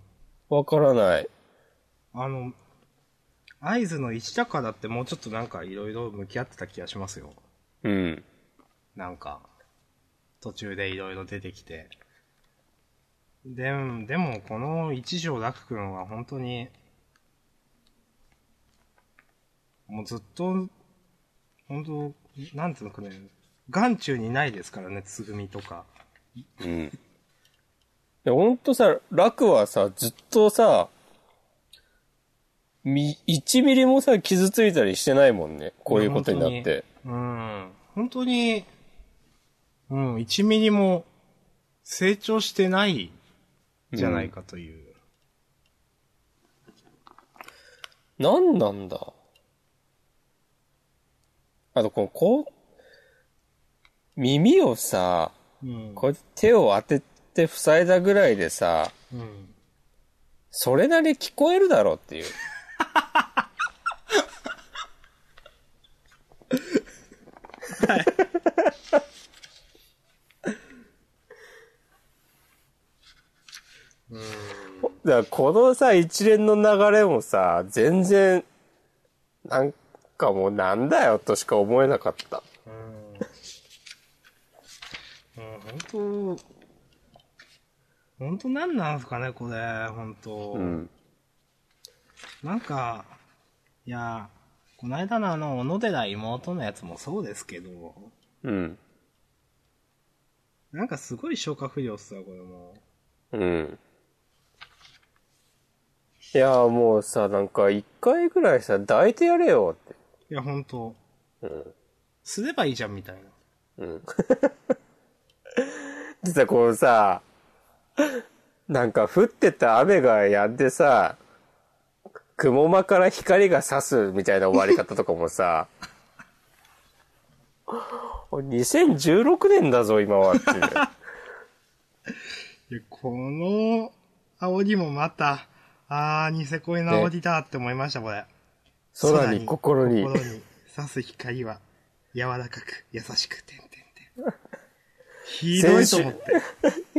わからない。 あの、合図の一だからってもうちょっとなんかいろいろ向き合ってた気がしますよ。 うん。 なんか、途中でいろいろ出てきて。でも、でもこの一条楽くんは本当に、もうずっと、本当、なんていうのかね、眼中にないですからね、つぐみとか。 うん。で、ほんとさ、楽はさ、ずっとさ、み、いちミリもさ、傷ついたりしてないもんね。こういうことになって。 うん。本当に、うん、いちミリも成長してないじゃないかという。 うん、なんなんだ。あと、この、こう、耳をさ、うん、こうやって手を当てて塞いだぐらいでさ、うん、それなり聞こえるだろうっていう。はい。うん、だからこのさ、一連の流れもさ、全然、なんかもうなんだよとしか思えなかった。うん。 うん、本当本当なんなんすかね、これ、本当、うん、なんか、いや、この間のあの、小野寺妹のやつもそうですけど、うん。なんかすごい消化不良っすわ、これも。 うん。いや、もうさ、なんか一回ぐらいさ、抱いてやれよって。 いや、本当うん。すればいいじゃん、みたいな。うん。 実はこのさ、なんか降ってた雨が止んでさ、雲間から光が差すみたいな終わり方とかもさ、にせんじゅうろくねんだぞ、今はっていう。 いや、この煽りもまた、あー、ニセ恋の煽りだって思いました、これ。 空に心に。 心に差す光は、柔らかく、優しく、てんてんてん。ひどいと思って。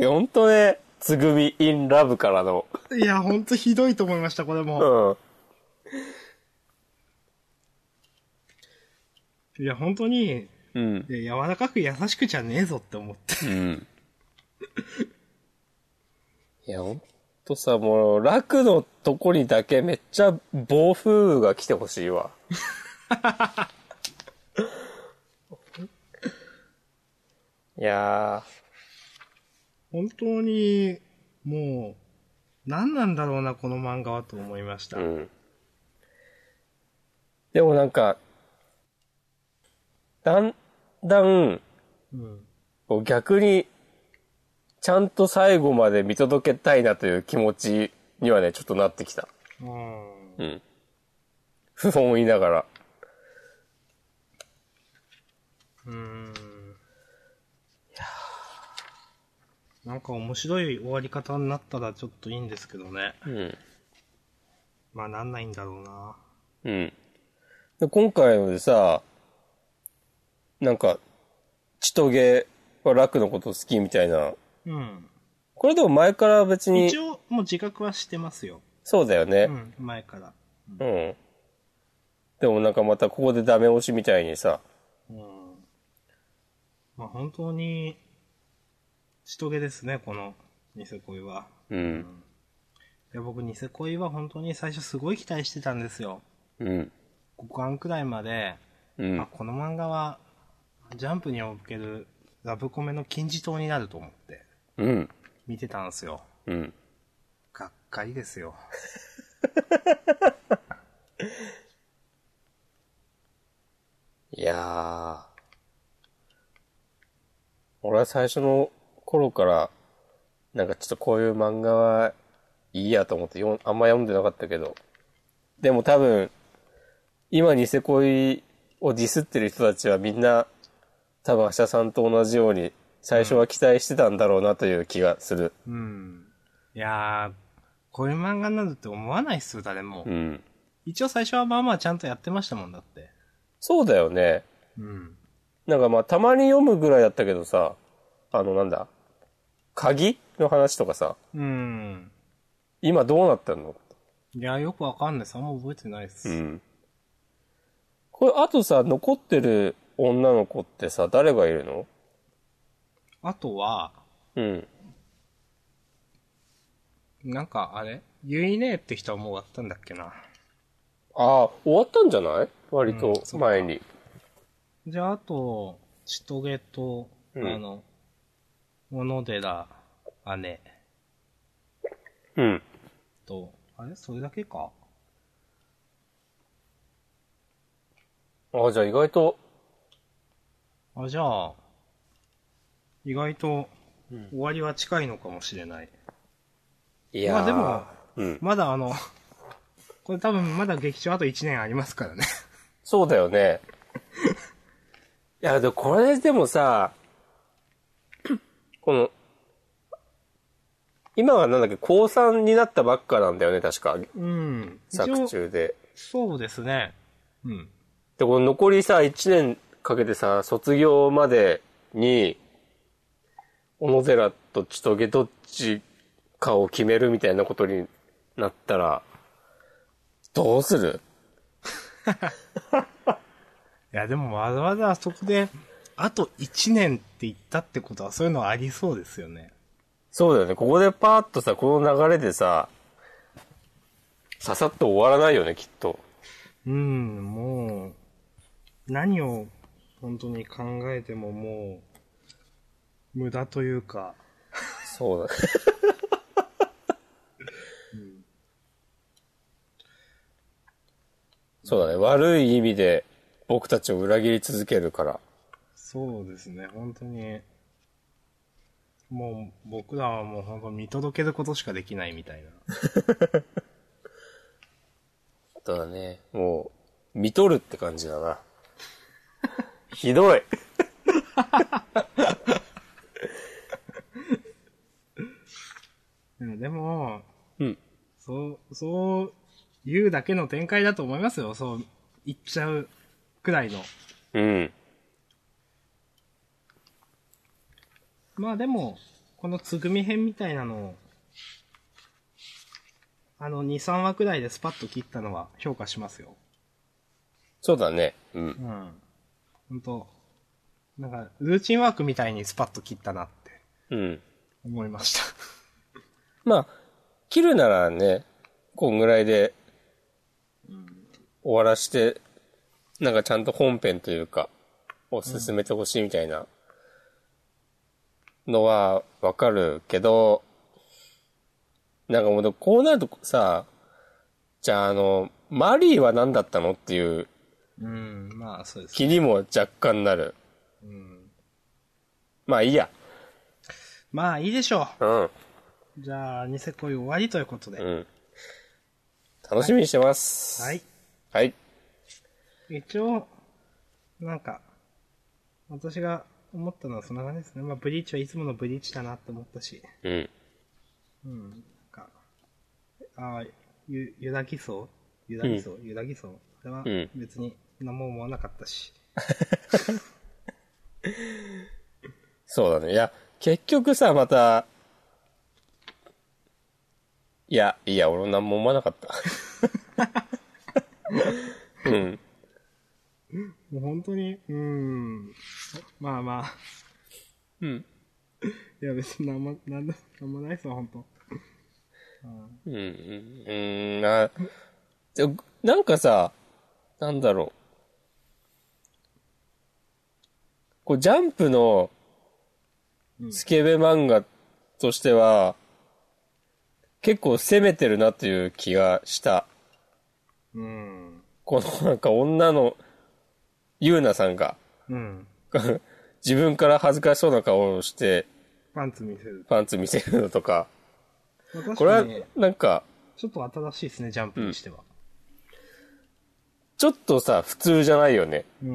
ほんとね、つぐみ in love からの。 いや、ほんとひどいと思いました、これも。うん。いや、本当に、うん。柔らかく優しくじゃねえぞって思って。うん。 いや、ほんとさ、もう、楽のとこにだけめっちゃ暴風雨が来てほしいわ。いやー。 本当に、もう、何なんだろうな、この漫画はと思いました。うん。 でもなんか、だんだん、うん、逆に、ちゃんと最後まで見届けたいなという気持ちにはね、ちょっとなってきた。うん。うん。不本言いながら。 うーん。いやなんか面白い終わり方になったらちょっといいんですけどね。うん。まあなんないんだろうな。 うん。で今回のでさ、なんか、ちとげは楽のこと好きみたいな。うん。これでも前から別に。 一応、もう自覚はしてますよ。 そうだよね。うん、前から。 うん。うん、でもなんかまたここでダメ押しみたいにさ。うん。 まあ本当に、ちとげですね、この、ニセ恋は。うん。うん、いや、僕、ニセ恋は本当に最初すごい期待してたんですよ。うん。ごかんくらいまで、うん、あ、この漫画は、ジャンプにおけるラブコメの金字塔になると思って、うん。見てたんですよ。うん。がっかりですよ。 いやー。俺は最初の頃から、 なんかちょっとこういう漫画はいいやと思ってよあんま読んでなかったけど、でも多分今ニセ恋をディスってる人たちはみんな多分アシャさんと同じように最初は期待してたんだろうなという気がする。 うん。いやー、こういう漫画になるって思わないっすよ、誰も。 うん。 一応最初はまあまあちゃんとやってましたもんだって。 そうだよね。 うん。 なんかまあたまに読むぐらいだったけどさ、あのなんだ鍵の話とかさ、 うん。 今どうなってんの？ いや、よくわかんないです。あんま覚えてないっす。 うん。これあとさ、残ってる女の子ってさ、誰がいるの？ あとは、 うん。 なんかあれゆいねえって人はもう終わったんだっけな。 ああ、終わったんじゃない？割とうん前に。 じゃあ、あと、ちとげと、 うんあの、小野寺姉うん。 と、あれそれだけか。 ああ、じゃあ意外と、 あ、じゃあ、意外と、終わりは近いのかもしれない。 いやー、 まあでも、 うん。 まだあの、これ多分まだ劇場あといちねんありますからね。 そうだよね。いや、でもこれでもさ、この、今はなんだっけ、高さんになったばっかなんだよね、確か。 うん。 作中で。 そうですね。うん。 で、この残りさ、いちねんかけてさ、卒業までに、小野寺と千棘どっちかを決めるみたいなことになったら、どうする？ いや、でもわざわざあそこで、あといちねんって言ったってことはそういうのありそうですよね。 そうだよね。ここでパーッとさ、この流れでさ、ささっと終わらないよね、きっと。 うん、もう、何を本当に考えてももう、無駄というか。 そうだね。 うん、 そうだね。悪い意味で僕たちを裏切り続けるから。 そうですね、本当に。もう僕らはもう本当見届けることしかできないみたいな。 そうだね。もう、見とるって感じだな。ひどい。 でも、 うん。 そう、そう言うだけの展開だと思いますよ。そう言っちゃうくらいの。 うん。 まあでも、このつぐみ編みたいなのを、あの、に、さんわくらいでスパッと切ったのは評価しますよ。 そうだね。うん。 うん。ほんと、なんか、ルーチンワークみたいにスパッと切ったなってうん。 思いました。 まあ、切るならね、こんぐらいで終わらして、なんかちゃんと本編というか、を進めてほしいみたいなのはわかるけど、なんかもうこうなるとさ、じゃああの、マリーは何だったのっていううん、まあそうです、ね。 気にも若干なる。 うん。 まあいいや。 まあいいでしょうん。 う。じゃあ、ニセ恋終わりということで。 うん。楽しみにしてます。 はい。 はい。 一応、なんか、私が思ったのはそんな感じですね。まあ、ブリーチはいつものブリーチだなって思ったし。 うん。 うん。なんか、ああ、ゆ、ゆだぎそうゆだぎそう、ゆだぎそうあれは別に何も思わなかったし。 そうだね。いや、結局さ、また、いや、いや、俺何も思わなかった。うん。 もう本当に、うーん。まあまあ。 うん。 いや別になんも、なんだ、なんもないっすわ、本当。 うん、うん、うん、あ、でなんかさ、なんだろう。こう、ジャンプのスケベ漫画としては、結構攻めてるなという気がした。 うん。 このなんか女の、ゆうなさんが、 うん。 自分から恥ずかしそうな顔をして、 パンツ見せる。 パンツ見せるのとか。 まあ、確これはかに、 なんか、 ちょっと新しいですね、ジャンプにしては。うん、 ちょっとさ、普通じゃないよね。 うん、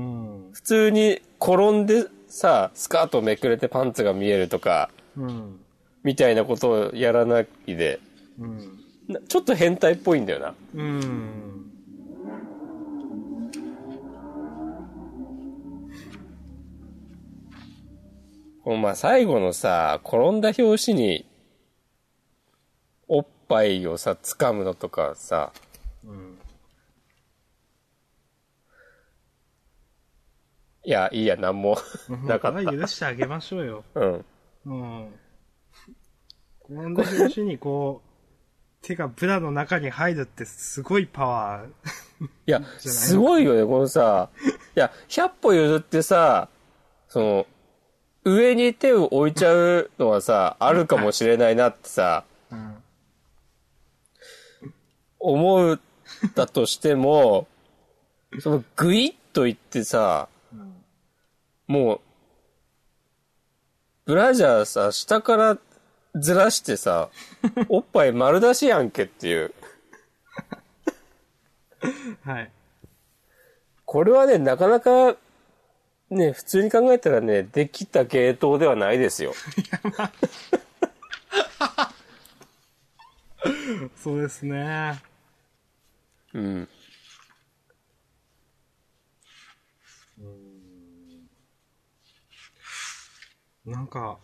普通に転んでさ、スカートめくれてパンツが見えるとか、 うん、 みたいなことをやらないで、 うん、 ちょっと変態っぽいんだよな。 うん。 このまあ最後のさ、転んだ拍子に、おっぱいをさ、掴むのとかさ、 うん、 いや、いいや、なんもなかった。 許してあげましょうよ。 うん。 うん。転んだ拍子にこう、手がブラの中に入るってすごいパワー。 いや、すごいよね、このさ、いや、ひゃっぽ譲ってさ、その、上に手を置いちゃうのはさ、あるかもしれないなってさ、 うん、 思うだとしても、そのグイッといってさ、うん、もう、ブラジャーさ、下からずらしてさ、おっぱい丸出しやんけっていう。 はい。 これはね、なかなか、ね、普通に考えたらね、できた系統ではないですよ。 そうですね。 うん。 うーん。なんか、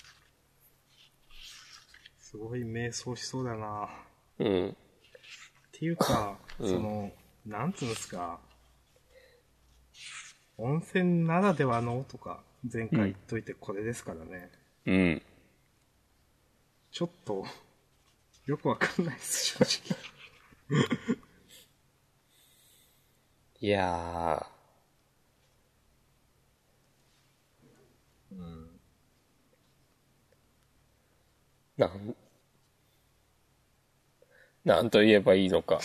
すごい迷走しそうだな。 うん。 っていうか、 うん、 その、なんつうんですか。温泉ならではのとか、前回言っといてこれですからね。 うん。 ちょっと、よくわかんないです、正直。 いやー。うん。 なん、なんと言えばいいのか。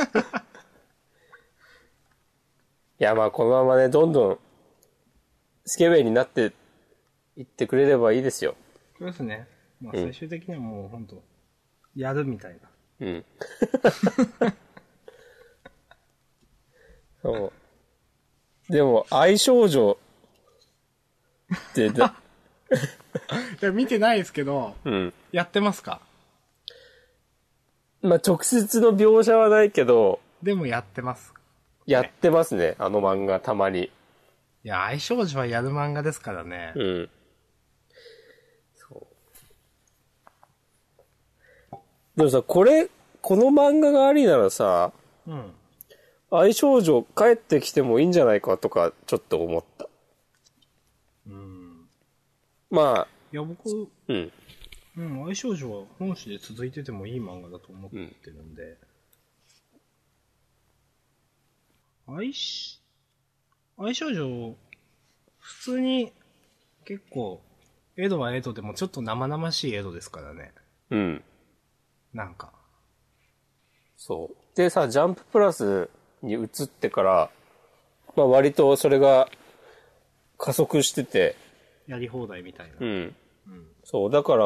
いや、まあ、このままね、どんどん、スケベになっていってくれればいいですよ。 そうですね。まあ、最終的にはもう、ほんと、やるみたいな。 うん。そう。でも、愛少女ってだ、 いや、見てないですけど、 うん。 やってますか？ まあ、直接の描写はないけど、 でもやってます。 やってますね、あの漫画、たまに。 いや、愛少女はやる漫画ですからね。 うん。そう。でもさ、これ、この漫画がありならさ、 うん。 愛少女帰ってきてもいいんじゃないかとか、ちょっと思った。 うん。 まあ。 いや、僕、 うん。 うん、愛少女は本誌で続いててもいい漫画だと思ってるんで。うん、愛し、愛少女、普通に、結構、エドはエドでもちょっと生々しいエドですからね。 うん。 なんか。 そう。でさ、ジャンププラスに移ってから、まあ割とそれが加速してて。 やり放題みたいな。 うん。うん、そう、だから、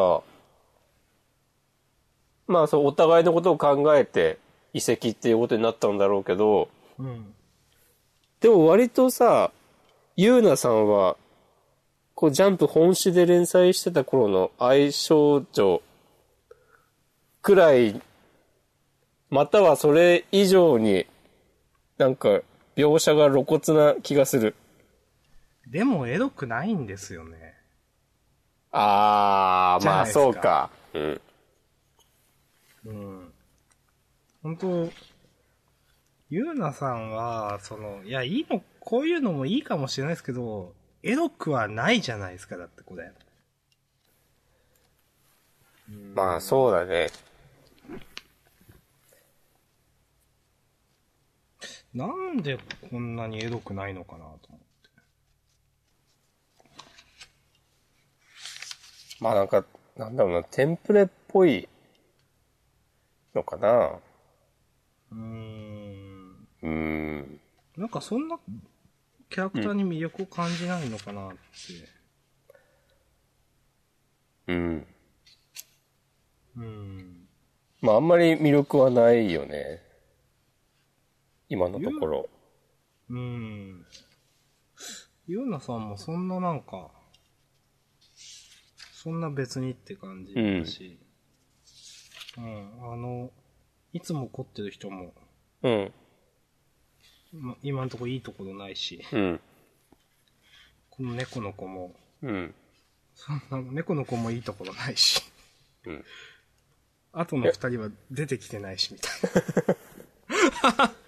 まあそう、お互いのことを考えて移籍っていうことになったんだろうけど、 うん。 でも割とさ、ゆうなさんは、こうジャンプ本誌で連載してた頃の愛少女くらい、またはそれ以上になんか描写が露骨な気がする。 でもエロくないんですよね。 あー、まあそうか。うん。 うん。本当ゆうなさんは、その、いや、いいの、こういうのもいいかもしれないですけど、エロくはないじゃないですか、だってこれ。 まあそうだね。 なんでこんなにエロくないのかなと思って。 まあなんか、なんだろうな、テンプレっぽいのかな。 うーん。 うーん。 なんかそんなキャラクターに魅力を感じないのかなって。 うん。 うん。 まああんまり魅力はないよね。今のところ。 うん。ゆうなさんもそんななんか、そんな別にって感じだし。うん。うん、あの、いつも怒ってる人も、 うん。 ま、今のところいいところないし。 うん。 この猫の子も、 うん。 そんな、猫の子もいいところないし。 うん。 あとの二人は出てきてないし、みたいな。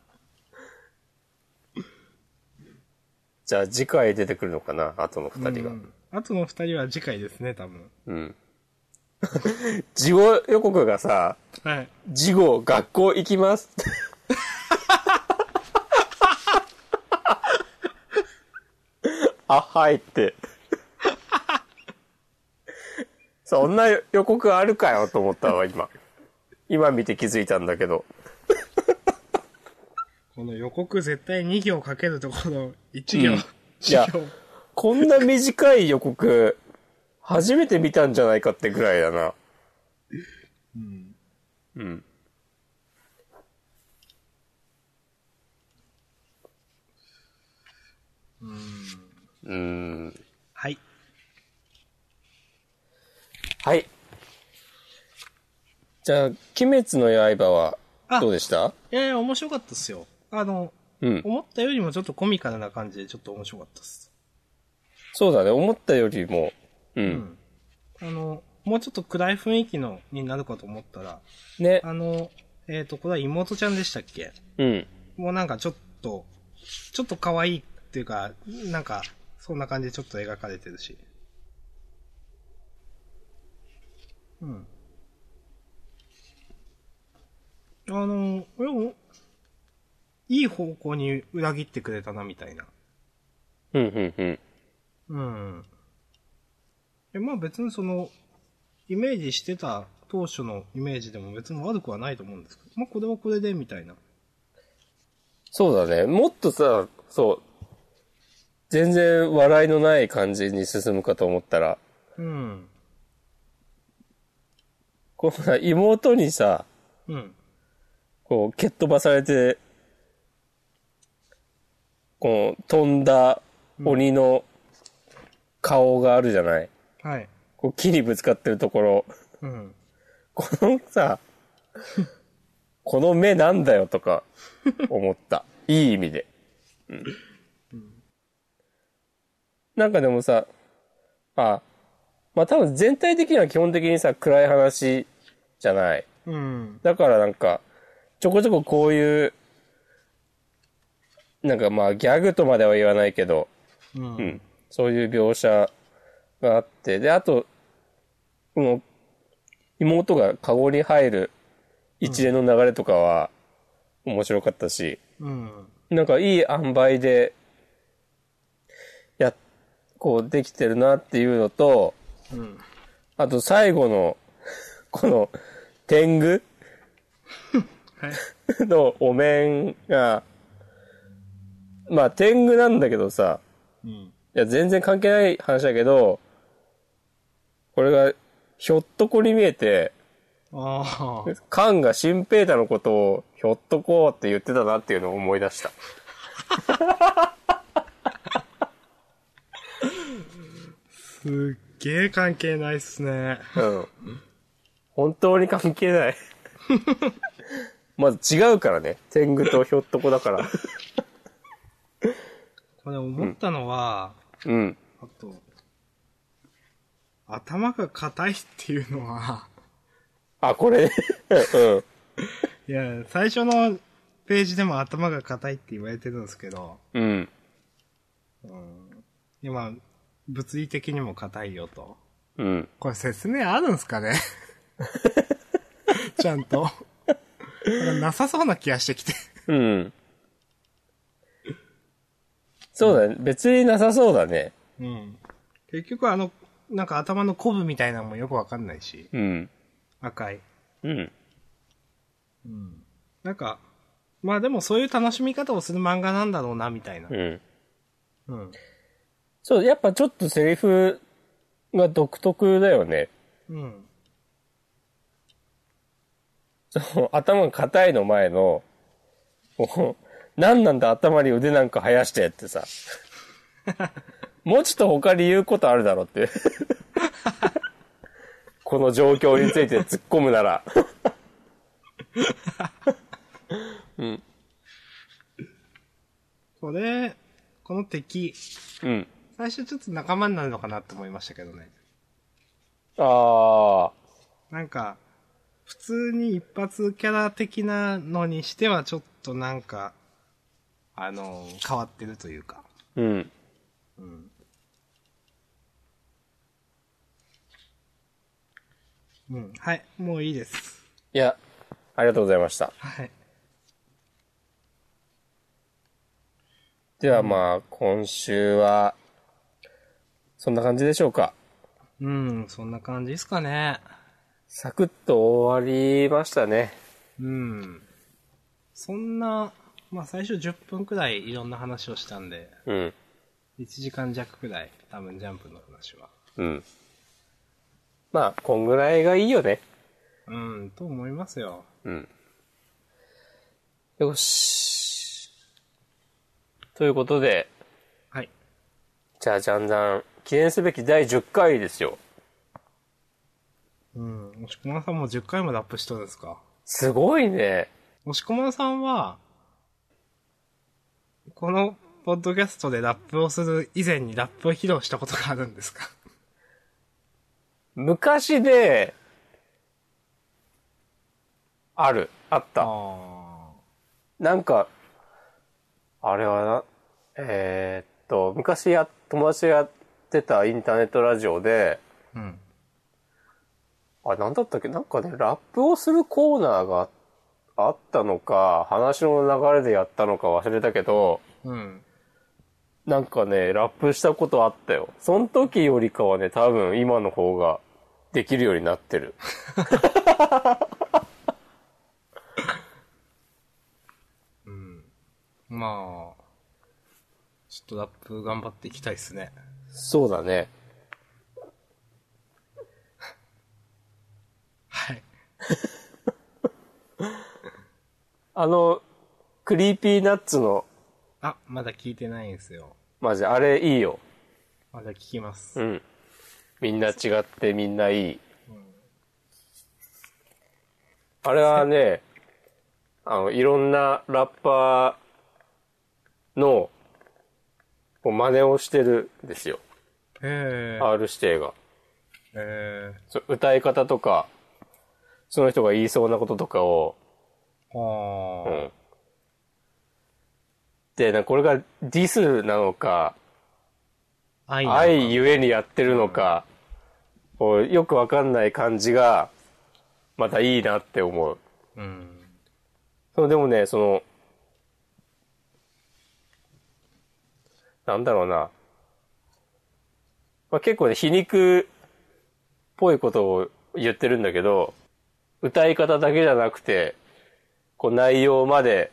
じゃあ次回出てくるのかな、あとの二人が。うん、 あとの二人は次回ですね、多分。 うん。事後予告がさ、 はい。 事後学校行きます。あ、はいって。そんな予告あるかよと思ったわ、今。今見て気づいたんだけど。 この予告絶対に行かけるところいち行、うん、いや、こんな短い予告、初めて見たんじゃないかってぐらいだな。うん。うん。 うーん。 うーん。 はい。 はい。じゃあ、鬼滅の刃はどうでした？ いやいや、面白かったっすよ。あの、うん、思ったよりもちょっとコミカルな感じでちょっと面白かったっす。 そうだね、思ったよりも、うん。うん、 あの、もうちょっと暗い雰囲気のになるかと思ったら、 ね。 あの、えっと、これは妹ちゃんでしたっけ？ うん。 もうなんかちょっと、ちょっと可愛いっていうか、なんか、そんな感じでちょっと描かれてるし。うん。あの、俺も、いい方向に裏切ってくれたな、みたいな。 うん、うん、うん。 うん。え、まあ別にその、イメージしてた当初のイメージでも別に悪くはないと思うんですけど、まあこれはこれで、みたいな。 そうだね。もっとさ、そう、全然笑いのない感じに進むかと思ったら、 うん。 この妹にさ、 うん。 こう、蹴っ飛ばされて、この飛んだ鬼の顔があるじゃない、 うん、はい。 こう木にぶつかってるところ。 うん。 このさ、この目なんだよとか思った。いい意味で。うん。うん、なんかでもさ、あ、まあ多分全体的には基本的にさ、暗い話じゃない。 うん。 だからなんか、ちょこちょここういう、なんかまあギャグとまでは言わないけど、うん、うん、そういう描写があって、で、あと、この、妹がカゴに入る一連の流れとかは面白かったし、 うん、 なんかいい塩梅で、や、こうできてるなっていうのと、うん、あと最後の、この、天狗のお面が、まあ天狗なんだけどさ、うん、いや全然関係ない話だけど、これがひょっとこに見えて、ああ。カンが新平太のことをひょっとこって言ってたなっていうのを思い出した。 すっげえ関係ないっすね。 うん。本当に関係ない。まず違うからね。天狗とひょっとこだから。 これ思ったのは、 うん。うん、 あと、頭が硬いっていうのはあ、これ、うん。 いや、最初のページでも頭が硬いって言われてるんですけど、 うん。 うん、今、物理的にも硬いよと。 うん。 これ説明あるんすかねちゃんと。なさそうな気がしてきて。 うん。そうだね。別になさそうだね。 うん。結局あの、なんか頭のコブみたいなのもよくわかんないし。 うん。 赤い。 うん。 うん。なんか、まあでもそういう楽しみ方をする漫画なんだろうな、みたいな。 うん。 うん。 そう、やっぱちょっとセリフが独特だよね。 うん。 その頭が硬いの前の、もう何なんだ頭に腕なんか生やしてってさ。もうちょっと他に言うことあるだろって。この状況について突っ込むなら。うん。 これ、この敵。 うん。 最初ちょっと仲間になるのかなって思いましたけどね。 ああ。 なんか、普通に一発キャラ的なのにしてはちょっとなんか、あの、変わってるというか。 うん。 うん。うん。はい。もういいです。 いや、ありがとうございました。 はい。 ではまあ、今週は、そんな感じでしょうか。 うん、そんな感じですかね。 サクッと終わりましたね。 うん。そんな、まあ最初じゅっぷんくらいいろんな話をしたんで、 うん。 いちじかん弱くらい、多分ジャンプの話は。 うん。まあ、こんぐらいがいいよね。 うん、と思いますよ。 うん。よし。ということで、 はい。 じゃあ、じゃんじゃん、記念すべきだいじゅっかいですよ。 うん。押し込まさんもじゅっかいもラップしとるんですか？ すごいね。 押し込まさんは、このポッドキャストでラップをする以前にラップを披露したことがあるんですか？ 昔で、ある。あった。 あなんか、あれはな、えー、っと、昔や、友達がやってたインターネットラジオで、 うん。 あ、なんだったっけなんかね、ラップをするコーナーがあったのか、話の流れでやったのか忘れたけど、 うん。 なんかね、ラップしたことあったよ。その時よりかはね、多分今の方ができるようになってる。 うん。まあ、ちょっとラップ頑張っていきたいですね。 そうだね。 はい。 あの、クリーピーナッツの、 あ、まだ聞いてないんですよ。 マジ、あれいいよ。 まだ聞きます。 うん。みんな違ってみんないい。うん、あれはね、あの、いろんなラッパーの真似をしてるんですよ。 へー。 R 指定が。 へー。歌い方とか、その人が言いそうなこととかを、 あー。 うん。で、なこれがディスなのか、 愛なのか愛ゆえにやってるのか、こうよくわかんない感じが、またいいなって思う。 うん。 そのでもね、その、なんだろうな。まあ、結構ね、皮肉っぽいことを言ってるんだけど、歌い方だけじゃなくて、こう内容まで、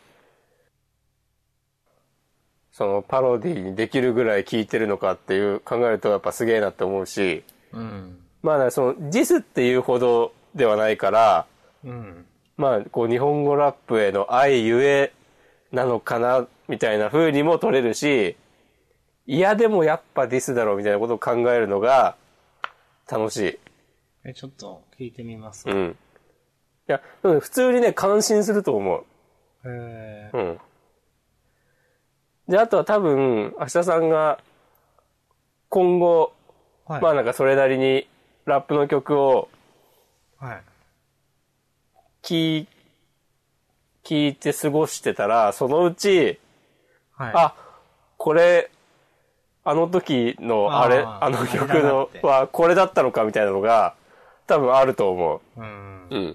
そのパロディにできるぐらい聞いてるのかっていう考えるとやっぱすげえなって思うし、 うん。 まあ、そのディスっていうほどではないから、 うん。 まあ、こう日本語ラップへの愛ゆえなのかな、みたいな風にも取れるし、いやでもやっぱディスだろうみたいなことを考えるのが楽しい。 え、ちょっと聞いてみます。 うん。いや、普通にね、感心すると思う。 へー。 うん。で、あとは多分、明日さんが今後、 はい、 まあなんかそれなりにラップの曲を、 はい。 聞、聞いて過ごしてたら、そのうち、 はい、 あ、これ、あの時のあれ、あ, あの曲のはこれだったのかみたいなのが多分あると思う。うん。うん。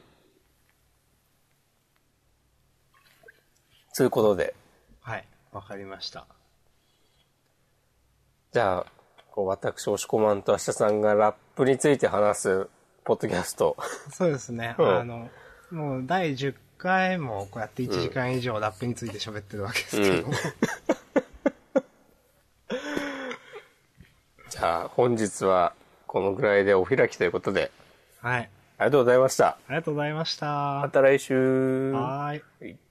そういうことで。 はい。わかりました。 じゃあ、こう私、押し込まんと明日さんがラップについて話すポッドキャスト。 そうですね。うん、あの、もうだいじゅっかいもこうやっていちじかん以上ラップについて喋ってるわけですけども。うんじゃあ本日はこのぐらいでお開きということで。 はい。 ありがとうございました。ありがとうございました。 また来週。 はーい。 はい